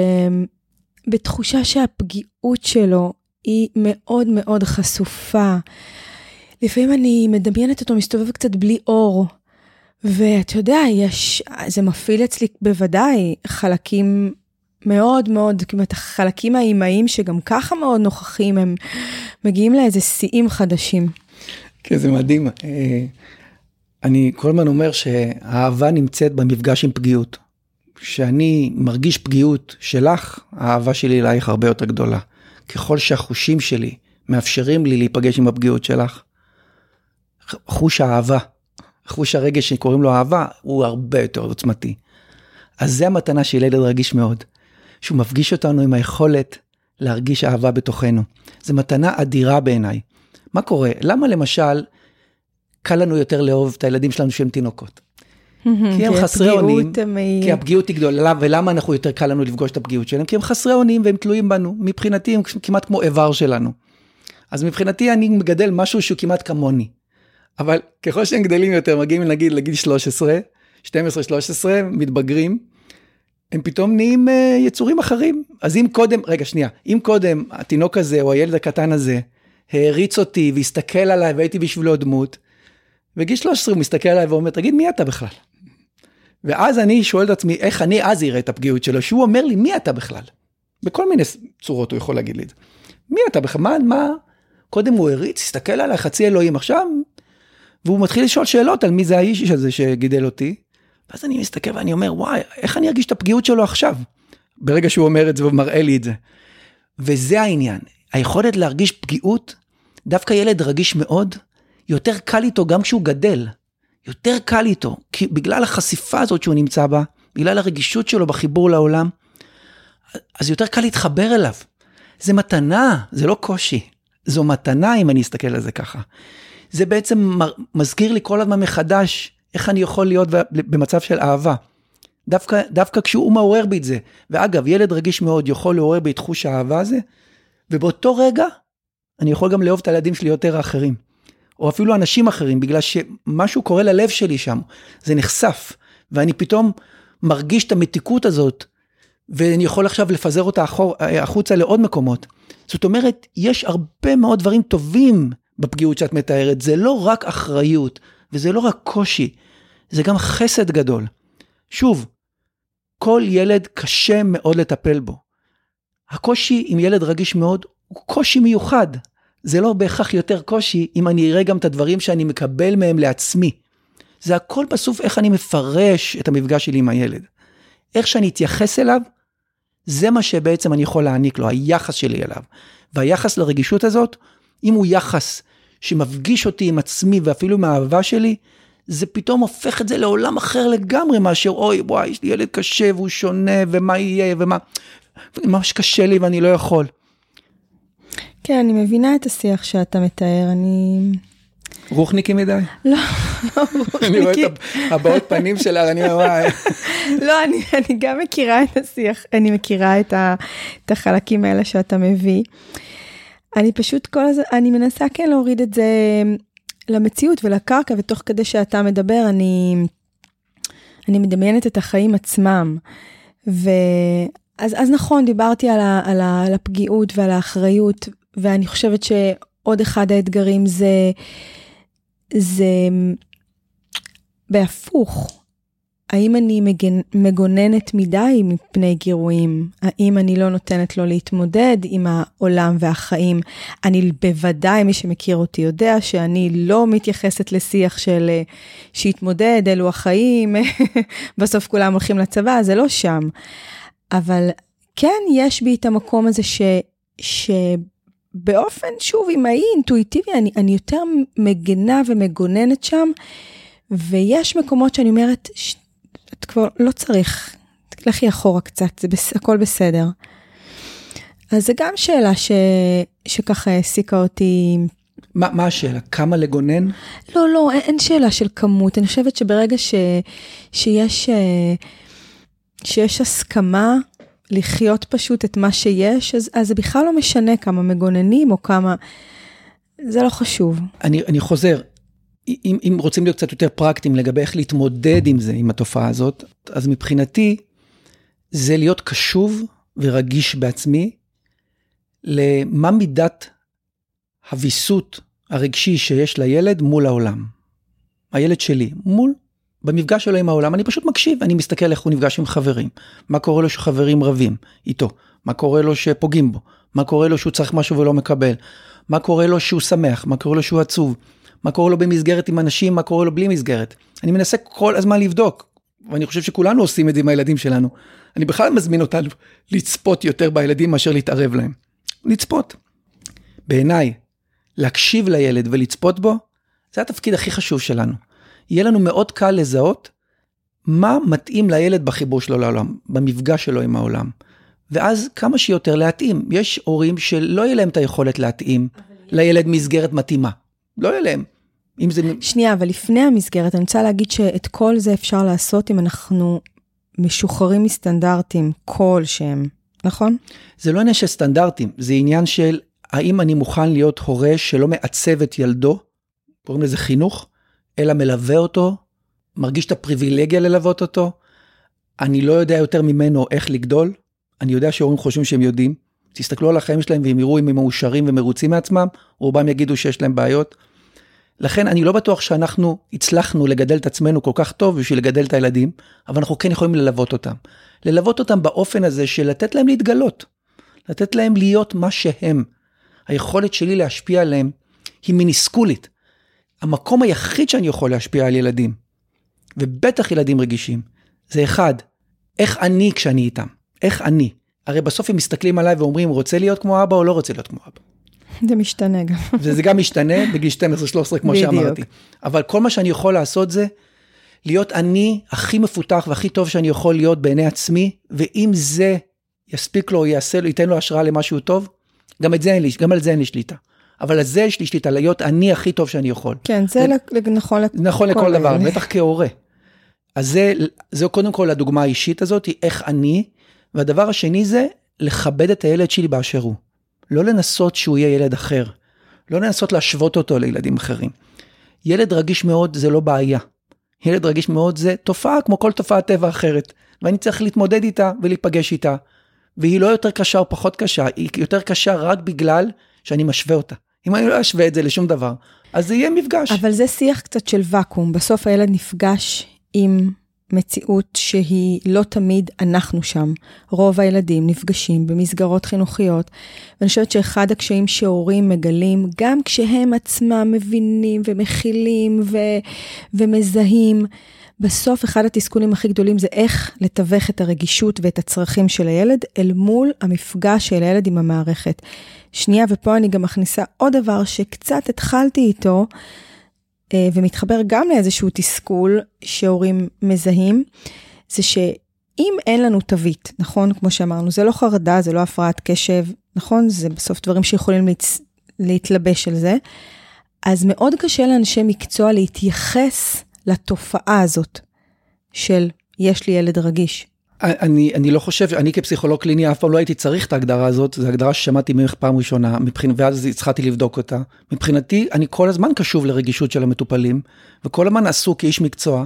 S1: שבתחושה שהפגיעות שלו היא מאוד מאוד חשופה. לפעמים אני מדמיינת אותו מסתובב קצת בלי אור, ואתה יודע, יש, זה מפעיל אצלי בוודאי חלקים מאוד מאוד, כמעט החלקים האימהיים שגם ככה מאוד נוכחים, הם מגיעים לאיזה שיאים חדשים.
S2: כן, זה מדהים. אני כל הזמן אומר שהאהבה נמצאת במפגש עם פגיעות. כשאני מרגיש פגיעות שלך, האהבה שלי אלייך הרבה יותר גדולה. ככל שהחושים שלי מאפשרים לי להיפגש עם הפגיעות שלך, חוש האהבה, חוש הרגש שקוראים לו אהבה, הוא הרבה יותר עוצמתי. אז זה המתנה של ילד רגיש מאוד. שהוא מפגיש אותנו עם היכולת להרגיש אהבה בתוכנו. זו מתנה אדירה בעיניי. מה קורה? למה למשל קל לנו יותר לאהוב את הילדים שלנו שהם תינוקות? כי הם חסרי אונים, כי הפגיעות היא גדולה, ולמה אנחנו יותר קל לנו לפגוש את הפגיעות שלהם? כי הם חסרי אונים והם תלויים בנו. מבחינתי הם כמעט כמו איבר שלנו. אז מבחינתי אני מגדל משהו שהוא כמעט כמוני. אבל ככל שהם גדלים יותר, מגיעים נגיד לגיל שלוש עשרה, שתים עשרה שלוש עשרה, מתבגרים, הם פתאום נהיים uh, יצורים אחרים. אז אם קודם, רגע שנייה, אם קודם התינוק הזה או הילד הקטן הזה העריץ אותי והסתכל עליי והייתי בשבילו דמות, בגיל שלוש עשרה הוא מסתכל עליי ואומר, תגיד מי אתה בכלל? ואז אני שואל את עצמי, איך אני אז אראה את הפגיעות שלו, שהוא אומר לי, מי אתה בכלל? בכל מיני צורות הוא יכול להגיד לי את זה. מי אתה בכלל? מה, מה? קודם הוא העריץ, הסתכל עליי, חצי אלוהים עכשיו, והוא מתחיל לשאול שאלות על מי זה האיש הזה שגידל אותי, ואז אני מסתכל ואני אומר, וואי, איך אני ארגיש את הפגיעות שלו עכשיו? ברגע שהוא אומר את זה ומראה לי את זה. וזה העניין. היכולת להרגיש פגיעות, דווקא ילד רגיש מאוד, יותר קל איתו גם כשהוא גדל. יותר קל איתו, כי בגלל החשיפה הזאת שהוא נמצא בה, בגלל הרגישות שלו בחיבור לעולם, אז יותר קל להתחבר אליו. זה מתנה, זה לא קושי. זו מתנה אם אני אסתכל על זה ככה. זה בעצם מזכיר לי כל הזמן מחדש, איך אני יכול להיות במצב של אהבה. דווקא, דווקא כשהוא מעורר בי את זה. ואגב, ילד רגיש מאוד יכול לעורר בי את תחוש האהבה הזה, ובאותו רגע, אני יכול גם לאהוב את הילדים שלי יותר האחרים. או אפילו אנשים אחרים, בגלל שמשהו קורה ללב שלי שם. זה נחשף, ואני פתאום מרגיש את המתיקות הזאת, ואני יכול עכשיו לפזר אותה החוצה לעוד מקומות. זאת אומרת, יש הרבה מאוד דברים טובים בפגיעות שאת מתארת. זה לא רק אחריות, וזה לא רק קושי, זה גם חסד גדול. שוב, כל ילד קשה מאוד לטפל בו. הקושי עם ילד רגיש מאוד, הוא קושי מיוחד. זה לא בהכרח יותר קושי, אם אני אראה גם את הדברים שאני מקבל מהם לעצמי. זה הכל בסוף איך אני מפרש את המפגש שלי עם הילד. איך שאני אתייחס אליו, זה מה שבעצם אני יכול להעניק לו, היחס שלי אליו. והיחס לרגישות הזאת, אם הוא יחס שמפגיש אותי עם עצמי ואפילו עם האהבה שלי, זה פתאום הופך את זה לעולם אחר לגמרי, מאשר, אוי, וואי, יש לי ילד קשה והוא שונה, ומה יהיה, ומה, ממש קשה לי ואני לא יכול.
S1: כן, אני מבינה את השיח שאתה מתאר, אני...
S2: רוחניקי מדי?
S1: לא, לא רוחניקי.
S2: אני רואה את הבעות פנים שלה, אני אומר,
S1: לא, אני, אני גם מכירה את השיח, אני מכירה את, ה, את החלקים האלה שאתה מביא. אני פשוט כל הזמן, אני מנסה כן להוריד את זה למציאות ולקרקע, ותוך כדי שאתה מדבר, אני, אני מדמיינת את החיים עצמם. ואז אז נכון, דיברתי על, ה, על, ה, על הפגיעות ועל האחריות, ואני חושבת שעוד אחד האתגרים זה, זה בהפוך. האם אני מגנ... מגוננת מדי מפני גירויים? האם אני לא נותנת לו להתמודד עם העולם והחיים? אני בוודאי, מי שמכיר אותי יודע שאני לא מתייחסת לשיח של שהתמודד, אלו החיים, בסוף כולם הולכים לצבא, זה לא שם. אבל כן, יש בי את המקום הזה ש... שבאופן, שוב, אמאי, אינטואיטיבי, אני, אני יותר מגנה ומגוננת שם, ויש מקומות שאני אומרת, ש... את כבר לא צריך, תלכי אחורה קצת, זה בס... הכל בסדר. אז זה גם שאלה ש... שככה העסיקה אותי.
S2: מה, מה השאלה? כמה לגונן?
S1: לא, לא, אין, אין שאלה של כמות. אני חושבת שברגע ש... שיש, שיש הסכמה לחיות פשוט את מה שיש, אז, אז זה בכלל לא משנה כמה מגוננים או כמה, זה לא חשוב.
S2: אני, אני חוזר, אם, אם רוצים להיות קצת יותר פרקטיים לגבי איך להתמודד עם זה, עם התופעה הזאת, אז מבחינתי זה להיות קשוב ורגיש בעצמי למה מידת הוויסות הרגשי שיש לילד מול העולם. הילד שלי, מול, במפגש שלו עם העולם, אני פשוט מקשיב, אני מסתכל איך הוא נפגש עם חברים, מה קורה לו שחברים רבים איתו, מה קורה לו שפוגעים בו, מה קורה לו שהוא צריך משהו ולא מקבל, מה קורה לו שהוא שמח, מה קורה לו שהוא עצוב, מה קורה לו במסגרת עם אנשים, מה קורה לו בלי מסגרת. אני מנסה כל הזמן לבדוק, ואני חושב שכולנו עושים את זה עם הילדים שלנו. אני בכלל מזמין אותנו לצפות יותר בילדים מאשר להתערב להם. לצפות. בעיניי, להקשיב לילד ולצפות בו, זה התפקיד הכי חשוב שלנו. יהיה לנו מאוד קל לזהות מה מתאים לילד בחיבור שלו לעולם, במפגש שלו עם העולם. ואז כמה שיותר להתאים. יש הורים שלא יהיה להם את היכולת להתאים לילד מסגרת מתאימה. לא יהיה להם. אם זה...
S1: שנייה, אבל לפני המסגרת, אני רוצה להגיד שאת כל זה אפשר לעשות אם אנחנו משוחררים מסטנדרטים כלשהם, נכון?
S2: זה לא עניין של סטנדרטים, זה עניין של האם אני מוכן להיות הורה שלא מעצב את ילדו, קוראים לזה חינוך, אלא מלווה אותו, מרגיש את הפריבילגיה ללוות אותו, אני לא יודע יותר ממנו איך לגדול, אני יודע שהורים חושבים שהם יודעים, תסתכלו על החיים שלהם והם יראו אם הם מאושרים ומרוצים מעצמם, רובם יגידו שיש להם בעיות. לכן אני לא בטוח שאנחנו הצלחנו לגדל את עצמנו כל כך טוב בשביל לגדל את הילדים, אבל אנחנו כן יכולים ללוות אותם. ללוות אותם באופן הזה של לתת להם להתגלות, לתת להם להיות מה שהם. היכולת שלי להשפיע עליהם היא מיניסקולית. המקום היחיד שאני יכול להשפיע על ילדים, ובטח ילדים רגישים, זה אחד, איך אני כשאני איתם, איך אני? הרי בסוף הם מסתכלים עליי ואומרים, רוצה להיות כמו אבא או לא רוצה להיות כמו אבא?
S1: זה משתנה גם.
S2: וזה גם משתנה בגיל שתים עשרה שלוש עשרה, כמו
S1: בדיוק.
S2: שאמרתי. אבל כל מה שאני יכול לעשות זה, להיות אני הכי מפותח והכי טוב שאני יכול להיות בעיני עצמי, ואם זה יספיק לו, יעשה לו, ייתן לו השראה למשהו טוב, גם את זה אין לי, גם על זה אין לי שליטה. אבל על זה יש לי שליטה, להיות אני הכי טוב שאני יכול.
S1: כן, זה ו... נכון,
S2: נכון לכל דבר, בטח כהורה. אז זה, זה קודם כל הדוגמה האישית הזאת, היא איך אני, והדבר השני זה לכבד את הילד שלי באשר הוא. לא לנסות שהוא יהיה ילד אחר. לא לנסות להשוות אותו לילדים אחרים. ילד רגיש מאוד זה לא בעיה. ילד רגיש מאוד זה תופעה כמו כל תופעת טבע אחרת. ואני צריך להתמודד איתה ולהיפגש איתה. והיא לא יותר קשה או פחות קשה, היא יותר קשה רק בגלל שאני משווה אותה. אם אני לא אשווה את זה לשום דבר, אז זה יהיה מפגש.
S1: אבל זה שיח קצת של וקום. בסוף הילד נפגש עם מציאות שהיא לא תמיד אנחנו שם. רוב הילדים נפגשים במסגרות חינוכיות, ואני חושבת שאחד הקשיים שהורים מגלים, גם כשהם עצמם מבינים ומכילים ו- ומזהים, בסוף אחד התסכולים הכי גדולים זה איך לתווך את הרגישות ואת הצרכים של הילד, אל מול המפגש של הילד עם המערכת. שנייה, ופה אני גם מכניסה עוד דבר שקצת התחלתי איתו, ומתחבר גם לאיזשהו תסכול שהורים מזהים, זה שאם אין לנו תווית, נכון? כמו שאמרנו, זה לא חרדה, זה לא הפרעת קשב, נכון? זה בסוף דברים שיכולים להת... להתלבש על זה, אז מאוד קשה לאנשי מקצוע להתייחס לתופעה הזאת של יש לי ילד רגיש.
S2: אני, אני לא חושב, אני כפסיכולוג קליני אף פעם לא הייתי צריך את ההגדרה הזאת, זו הגדרה ששמעתי ממך פעם ראשונה, מבחינ... ואז הצלחתי לבדוק אותה. מבחינתי, אני כל הזמן קשוב לרגישות של המטופלים, וכל הזמן עשו כאיש מקצוע,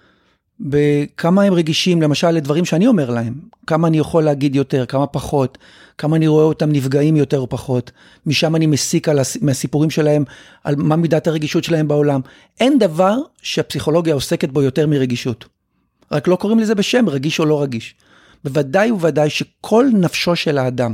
S2: בכמה הם רגישים, למשל, לדברים שאני אומר להם, כמה אני יכול להגיד יותר, כמה פחות, כמה אני רואה אותם נפגעים יותר או פחות, משם אני מסיק על הס... מהסיפורים שלהם, על מה מידת הרגישות שלהם בעולם. אין דבר שהפסיכולוגיה עוסקת בו יותר מרגישות. רק לא קוראים לזה בשם, רגיש או לא רגיש. בוודאי ובוודאי שכל נפשו של האדם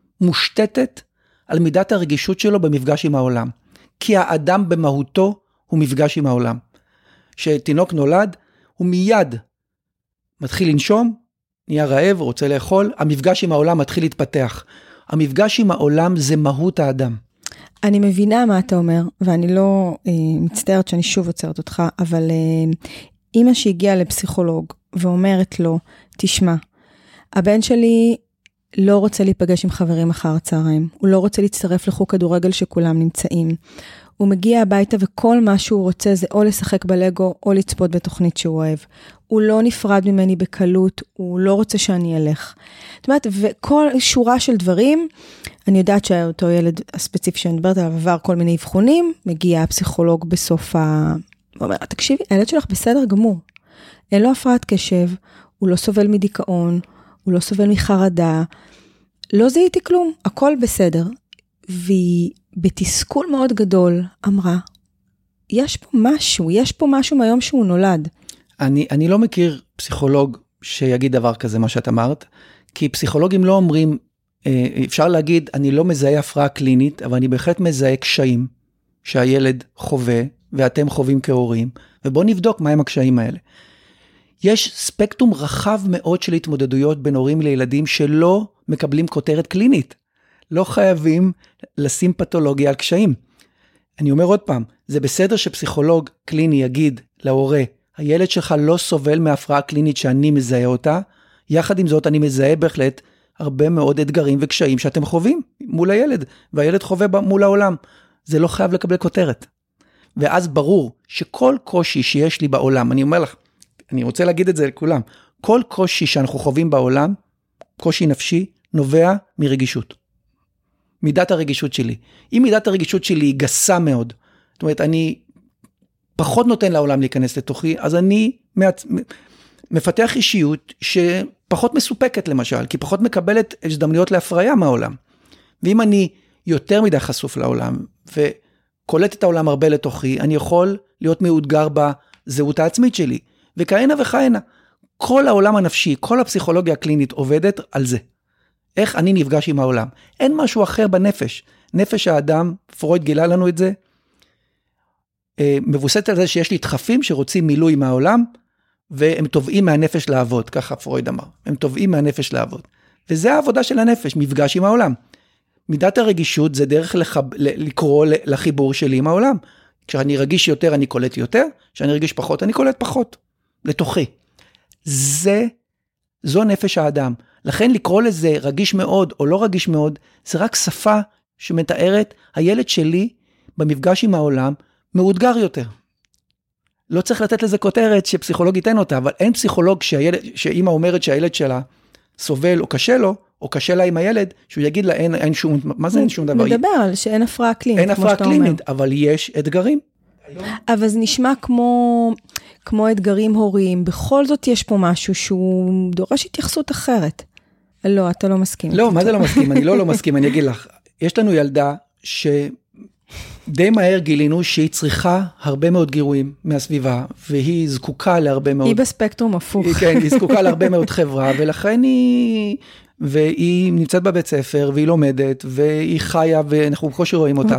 S2: מושתתת על מידת הרגישות שלו במפגש עם העולם. כי האדם במהותו הוא מפגש עם העולם. שתינוק נולד, הוא מיד מתחיל לנשום, נהיה רעב, רוצה לאכול, המפגש עם העולם מתחיל להתפתח. המפגש עם העולם זה מהות האדם.
S1: אני מבינה מה אתה אומר, ואני לא אה, מצטערת שאני שוב עוצרת אותך, אבל אה, אמא שהגיעה לפסיכולוג ואומרת לו, תשמע, הבן שלי לא רוצה להיפגש עם חברים אחר צהריים, הוא לא רוצה להצטרף לחוג כדורגל שכולם נמצאים, הוא מגיע הביתה וכל מה שהוא רוצה זה או לשחק בלגו או לצפות בתוכנית שהוא אוהב. הוא לא נפרד ממני בקלות, הוא לא רוצה שאני אלך. זאת אומרת, וכל שורה של דברים, אני יודעת שאותו ילד הספציפי שאני מדברת עליו עבר כל מיני אבחונים, מגיע הפסיכולוג בסוף ה... הוא אומר, תקשיבי, הילד שלך בסדר גמור. אין לו הפרעת קשב, הוא לא סובל מדיכאון, הוא לא סובל מחרדה, לא זיהיתי כלום, הכל בסדר. והיא בתסכול מאוד גדול אמרה, יש פה משהו, יש פה משהו מהיום שהוא נולד.
S2: אני, אני לא מכיר פסיכולוג שיגיד דבר כזה, מה שאת אמרת, כי פסיכולוגים לא אומרים, אפשר להגיד, אני לא מזהה הפרעה קלינית, אבל אני בהחלט מזהה קשיים שהילד חווה, ואתם חווים כהורים, ובואו נבדוק מהם הקשיים האלה. יש ספקטרום רחב מאוד של התמודדויות בין הורים לילדים שלא מקבלים כותרת קלינית. לא חייבים לשים פתולוגיה על קשיים. אני אומר עוד פעם, זה בסדר שפסיכולוג קליני יגיד להורה, הילד שלך לא סובל מהפרעה קלינית שאני מזהה אותה, יחד עם זאת אני מזהה בהחלט הרבה מאוד אתגרים וקשיים שאתם חווים מול הילד, והילד חווה מול העולם. זה לא חייב לקבל כותרת. ואז ברור שכל קושי שיש לי בעולם, אני אומר לך, אני רוצה להגיד את זה לכולם, כל קושי שאנחנו חווים בעולם, קושי נפשי, נובע מרגישות. מידת הרגישות שלי. אם מידת הרגישות שלי היא גסה מאוד, זאת אומרת, אני פחות נותן לעולם להיכנס לתוכי, אז אני מפתח אישיות שפחות מסופקת למשל, כי פחות מקבלת הזדמנויות להפריה מהעולם. ואם אני יותר מדי חשוף לעולם, וקולט את העולם הרבה לתוכי, אני יכול להיות מאותגר בזהות העצמית שלי. וכהנה וכהנה. כל העולם הנפשי, כל הפסיכולוגיה הקלינית עובדת על זה. איך אני נפגש עם העולם. אין משהו אחר בנפש. נפש האדם, פרויד גילה לנו את זה, מבוססת על זה שיש לי דחפים שרוצים מילוי מהעולם, והם תובעים מהנפש לעבוד, ככה פרויד אמר. הם תובעים מהנפש לעבוד. וזה העבודה של הנפש, מפגש עם העולם. מידת הרגישות זה דרך לחב... לקרוא לחיבור שלי עם העולם. כשאני רגיש יותר, אני קולט יותר, כשאני רגיש פחות, אני קולט פחות, לתוכי. זה, זו נפש האדם. לכן לקרוא לזה רגיש מאוד או לא רגיש מאוד, זה רק שפה שמתארת, הילד שלי במפגש עם העולם מאותגר יותר. לא צריך לתת לזה כותרת שפסיכולוג ייתן אותה, אבל אין פסיכולוג שהילד, שאמא אומרת שהילד שלה סובל או קשה לו, או קשה לה עם הילד, שהוא יגיד לה אין, אין שום, מה זה אין שום דבר?
S1: מדבר על שאין הפרעה קלינית,
S2: אין הפרעה קלינית, אבל יש אתגרים.
S1: אבל זה נשמע כמו, כמו אתגרים הוריים, בכל זאת יש פה משהו שהוא דורש התייחסות אחרת. לא, אתה לא מסכים.
S2: לא, מה זה לא מסכים? אני לא לא מסכים, אני אגיד לך. יש לנו ילדה שדי מהר גילינו שהיא צריכה הרבה מאוד גירויים מהסביבה, והיא זקוקה להרבה מאוד...
S1: היא בספקטרום הפוך.
S2: כן, היא זקוקה להרבה מאוד חברה, ולכן היא... והיא נמצאת בבית ספר, והיא לומדת, והיא חיה, ואנחנו בקושי רואים אותה.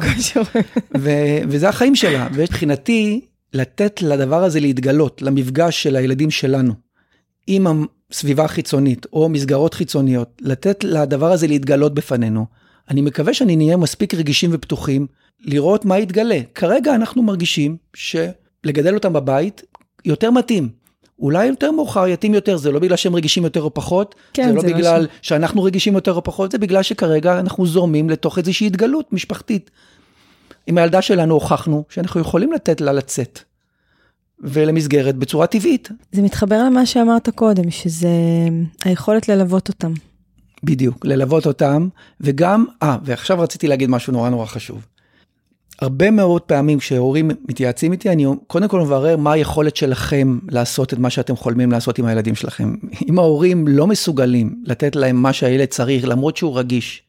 S2: ו- וזה החיים שלה. ובחינתי, לתת לדבר הזה להתגלות, למפגש של הילדים שלנו, עם הסביבה החיצונית, או מסגרות חיצוניות, לתת לדבר הזה להתגלות בפנינו. אני מקווה שאני נהיה מספיק רגישים ופתוחים, לראות מה יתגלה. כרגע אנחנו מרגישים שלגדל אותם בבית יותר מתאים. אולי יותר מאוחר, יתאים יותר, זה לא בגלל שהם רגישים יותר או פחות, כן, זה לא זה בגלל ש... שאנחנו רגישים יותר או פחות, זה בגלל שכרגע אנחנו זורמים לתוך איזושהי התגלות משפחתית. עם הילדה שלנו הוכחנו שאנחנו יכולים לתת לה לצאת, ולמסגרת בצורה טבעית.
S1: זה מתחבר למה שאמרת קודם, שזה היכולת ללוות אותם.
S2: בדיוק, ללוות אותם, וגם, אה, ועכשיו רציתי להגיד משהו נורא נורא חשוב. הרבה מאוד פעמים כשהורים מתייעצים איתי, אני קודם כל מברר מה היכולת שלכם לעשות את מה שאתם חולמים לעשות עם הילדים שלכם. אם ההורים לא מסוגלים לתת להם מה שהילד צריך, למרות שהוא רגיש,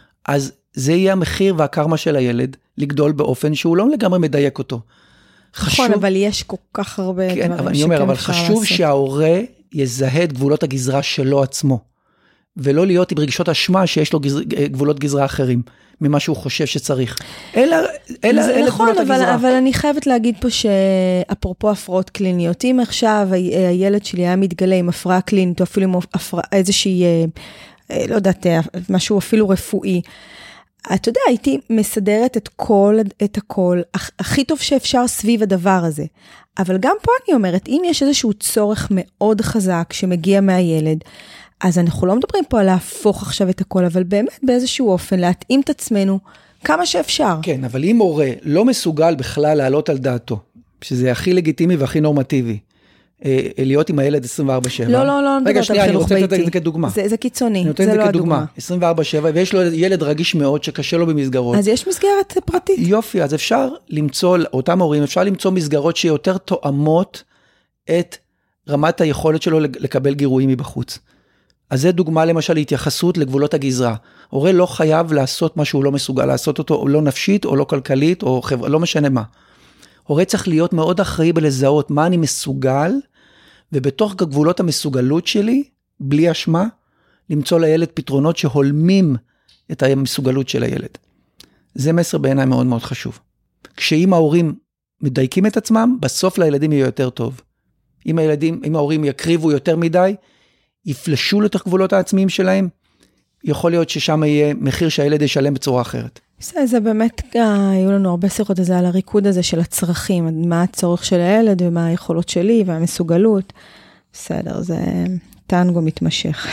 S2: אז זה יהיה המחיר והקרמה של הילד, לגדול באופן שהוא לא לגמרי מדייק אותו.
S1: נכון, אבל יש כל כך הרבה
S2: כן,
S1: דברים
S2: אני אומר, אבל חשוב שההורה יזהה את גבולות הגזרה שלו עצמו, ולא להיות עם רגשות אשמה שיש לו גבולות גזרה אחרים. ממה שהוא חושב שצריך. אלא, אלא,
S1: זה
S2: אלא
S1: נכון,
S2: גבולות
S1: אבל,
S2: הגזרה.
S1: אבל אני חייבת להגיד פה שאפרופו הפרעות קליניות, אם עכשיו הילד שלי היה מתגלה עם הפרעה קלינית, או אפילו עם הפרעה, איזושהי, לא יודעת, משהו אפילו רפואי, אתה יודע, הייתי מסדרת את כל, את הכל, הכי טוב שאפשר סביב הדבר הזה. אבל גם פה אני אומרת, אם יש איזשהו צורך מאוד חזק שמגיע מהילד, אז אנחנו לא מדברים פה על להפוך עכשיו את הכל, אבל באמת באיזשהו אופן להתאים את עצמנו כמה שאפשר.
S2: כן, אבל אם הורה לא מסוגל בכלל לעלות על דעתו, שזה הכי לגיטימי והכי נורמטיבי, להיות עם הילד עשרים וארבע שבע.
S1: לא, לא, לא,
S2: רגע, שנייה, אני רוצה לתת את זה כדוגמה.
S1: זה, זה קיצוני, זה לא הדוגמה.
S2: עשרים וארבע שבע, ויש לו ילד רגיש מאוד שקשה לו במסגרות.
S1: אז יש מסגרת פרטית.
S2: יופי, אז אפשר למצוא, אותם הורים, אפשר למצוא מסגרות שיותר תואמות את רמת היכולת שלו לקבל גירויים מבחוץ. אז זה דוגמה למשל להתייחסות לגבולות הגזרה. הורה לא חייב לעשות מה שהוא לא מסוגל לעשות אותו, או לא נפשית, או לא כלכלית, או חברה, לא משנה מה. הורה צריך להיות מאוד אחראי בלזהות מה אני מסוגל, ובתוך גבולות המסוגלות שלי, בלי אשמה, למצוא לילד פתרונות שהולמים את המסוגלות של הילד. זה מסר בעיניי מאוד מאוד חשוב. כשאם ההורים מדייקים את עצמם, בסוף לילדים יהיה יותר טוב. אם הילדים, אם ההורים יקריבו יותר מדי, יפלשו לתוך גבולות העצמיים שלהם, יכול להיות ששם יהיה מחיר שהילד ישלם בצורה אחרת.
S1: זה, זה באמת, היו לנו הרבה שיחות הזה על הריקוד הזה של הצרכים, מה הצורך של הילד ומה היכולות שלי והמסוגלות. בסדר, זה טנגו מתמשך.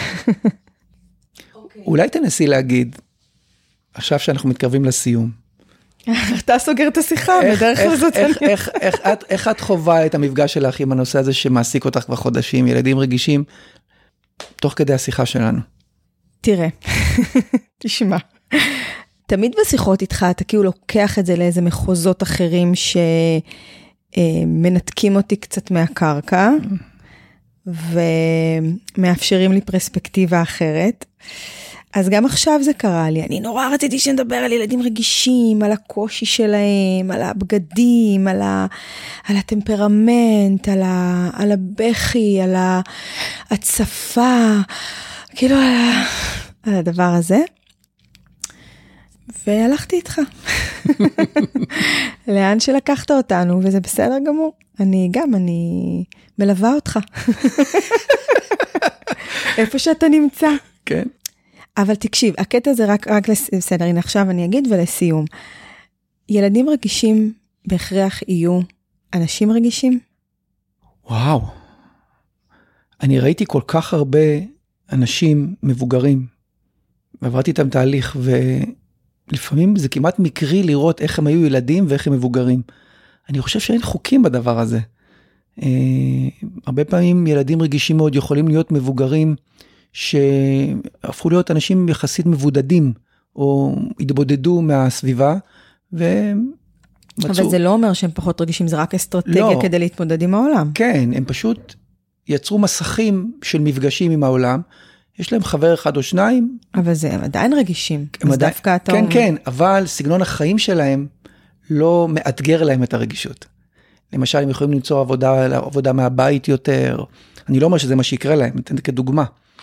S2: אולי תנסי להגיד, עכשיו שאנחנו מתקרבים לסיום.
S1: אתה סוגר את השיחה, בדרך כלל זאת אני...
S2: איך את חובה את המפגש שלך עם הנושא הזה שמעסיק אותך כבר חודשים, ילדים רגישים, תוך כדי השיחה שלנו?
S1: תראה, תשמע. תמיד בשיחות איתך, אתה כאילו לוקח את זה לאיזה מחוזות אחרים שמנתקים אותי קצת מהקרקע, ומאפשרים לי פרספקטיבה אחרת. אז גם עכשיו זה קרה לי. אני נורא רציתי שנדבר על ילדים רגישים, על הקושי שלהם, על הבגדים, על, ה, על הטמפרמנט, על, ה, על הבכי, על הצפה, כאילו על, ה, על הדבר הזה. והלכתי איתך. לאן שלקחת אותנו, וזה בסדר גמור. אני גם, אני מלווה אותך. איפה שאתה נמצא.
S2: כן.
S1: אבל תקשיב, הקטע זה רק, רק בסדר, הנה עכשיו אני אגיד ולסיום. ילדים רגישים בהכרח יהיו אנשים רגישים?
S2: וואו. אני ראיתי כל כך הרבה אנשים מבוגרים, ועברתי איתם תהליך, ולפעמים זה כמעט מקרי לראות איך הם היו ילדים ואיך הם מבוגרים. אני חושב שאין חוקים בדבר הזה. הרבה פעמים ילדים רגישים מאוד יכולים להיות מבוגרים, שהפכו להיות אנשים יחסית מבודדים, או התבודדו מהסביבה, ומצאו...
S1: אבל זה לא אומר שהם פחות רגישים, זה רק אסטרטגיה לא. כדי להתמודד עם העולם.
S2: כן, הם פשוט יצרו מסכים של מפגשים עם העולם, יש להם חבר אחד או שניים.
S1: אבל זה הם עדיין רגישים. הם עדיין... דווקא
S2: כן, אומר... כן, אבל סגנון החיים שלהם לא מאתגר להם את הרגישות. למשל, הם יכולים למצוא עבודה, עבודה מהבית יותר, אני לא אומר שזה מה שיקרה להם, נתן כדוגמה.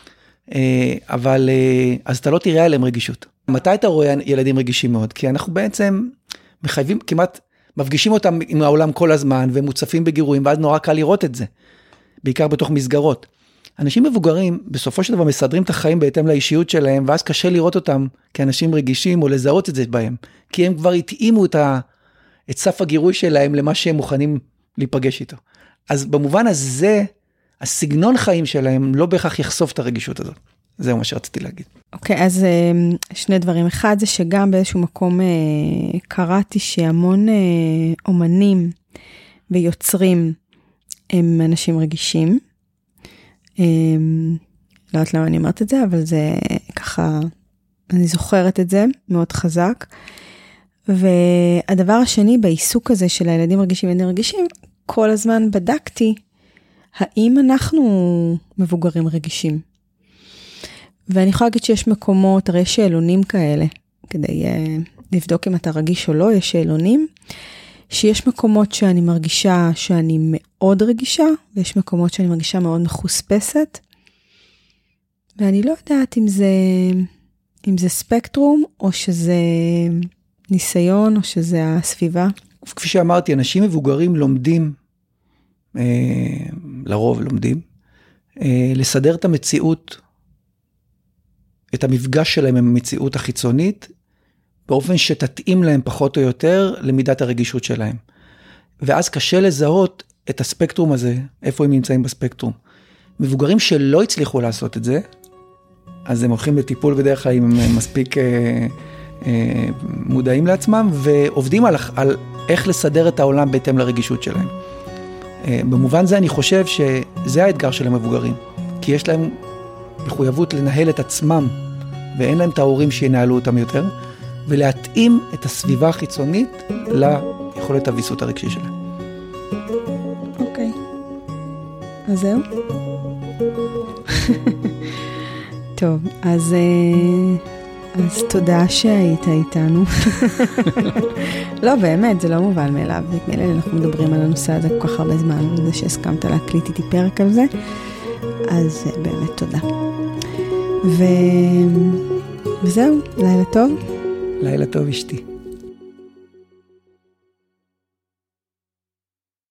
S2: אבל אז אתה לא תראה עליהם רגישות. מתי אתה רואה ילדים רגישים מאוד? כי אנחנו בעצם מחייבים, כמעט מפגישים אותם עם העולם כל הזמן, ומוצפים בגירויים, ואז נורא קל לראות את זה. בעיקר בתוך מסגרות. אנשים מבוגרים, בסופו של דבר מסדרים את החיים בהתאם לאישיות שלהם, ואז קשה לראות אותם כאנשים רגישים, או לזהות את זה בהם. כי הם כבר התאימו את, ה, את סף הגירוי שלהם, למה שהם מוכנים להיפגש איתו. אז במובן הזה, הסגנון חיים שלהם לא בהכרח יחשוף את הרגישות הזאת. זהו מה שרציתי להגיד.
S1: אוקיי, okay, אז שני דברים. אחד זה שגם באיזשהו מקום קראתי שהמון אומנים ויוצרים הם אנשים רגישים. לא יודעת למה אני אומרת את זה, אבל זה ככה, אני זוכרת את זה מאוד חזק. והדבר השני בעיסוק הזה של הילדים רגישים וילדים רגישים, כל הזמן בדקתי האם אנחנו מבוגרים רגישים? ואני יכולה להגיד שיש מקומות, הרי יש שאלונים כאלה, כדי uh, לבדוק אם אתה רגיש או לא, יש שאלונים, שיש מקומות שאני מרגישה שאני מאוד רגישה, ויש מקומות שאני מרגישה מאוד מחוספסת, ואני לא יודעת אם זה, אם זה ספקטרום, או שזה ניסיון, או שזה הסביבה.
S2: כפי שאמרתי, אנשים מבוגרים לומדים, לרוב לומדים, לסדר את המציאות, את המפגש שלהם עם המציאות החיצונית, באופן שתתאים להם פחות או יותר למידת הרגישות שלהם. ואז קשה לזהות את הספקטרום הזה, איפה הם נמצאים בספקטרום. מבוגרים שלא הצליחו לעשות את זה, אז הם הולכים לטיפול בדרך כלל אם הם מספיק אה, אה, מודעים לעצמם, ועובדים על, על איך לסדר את העולם בהתאם לרגישות שלהם. במובן זה אני חושב שזה האתגר של המבוגרים, כי יש להם מחויבות לנהל את עצמם, ואין להם את ההורים שינהלו אותם יותר, ולהתאים את הסביבה החיצונית ליכולת הוויסות הרגשי שלהם.
S1: אוקיי. אז זהו. טוב, אז... אז תודה שהיית איתנו. לא, באמת, זה לא מובן מאליו. נדמה לי, אנחנו מדברים על הנושא הזה כל כך הרבה זמן, זה שהסכמת להקליט איתי פרק על זה. אז באמת תודה. ו... וזהו, לילה טוב.
S2: לילה טוב, אשתי.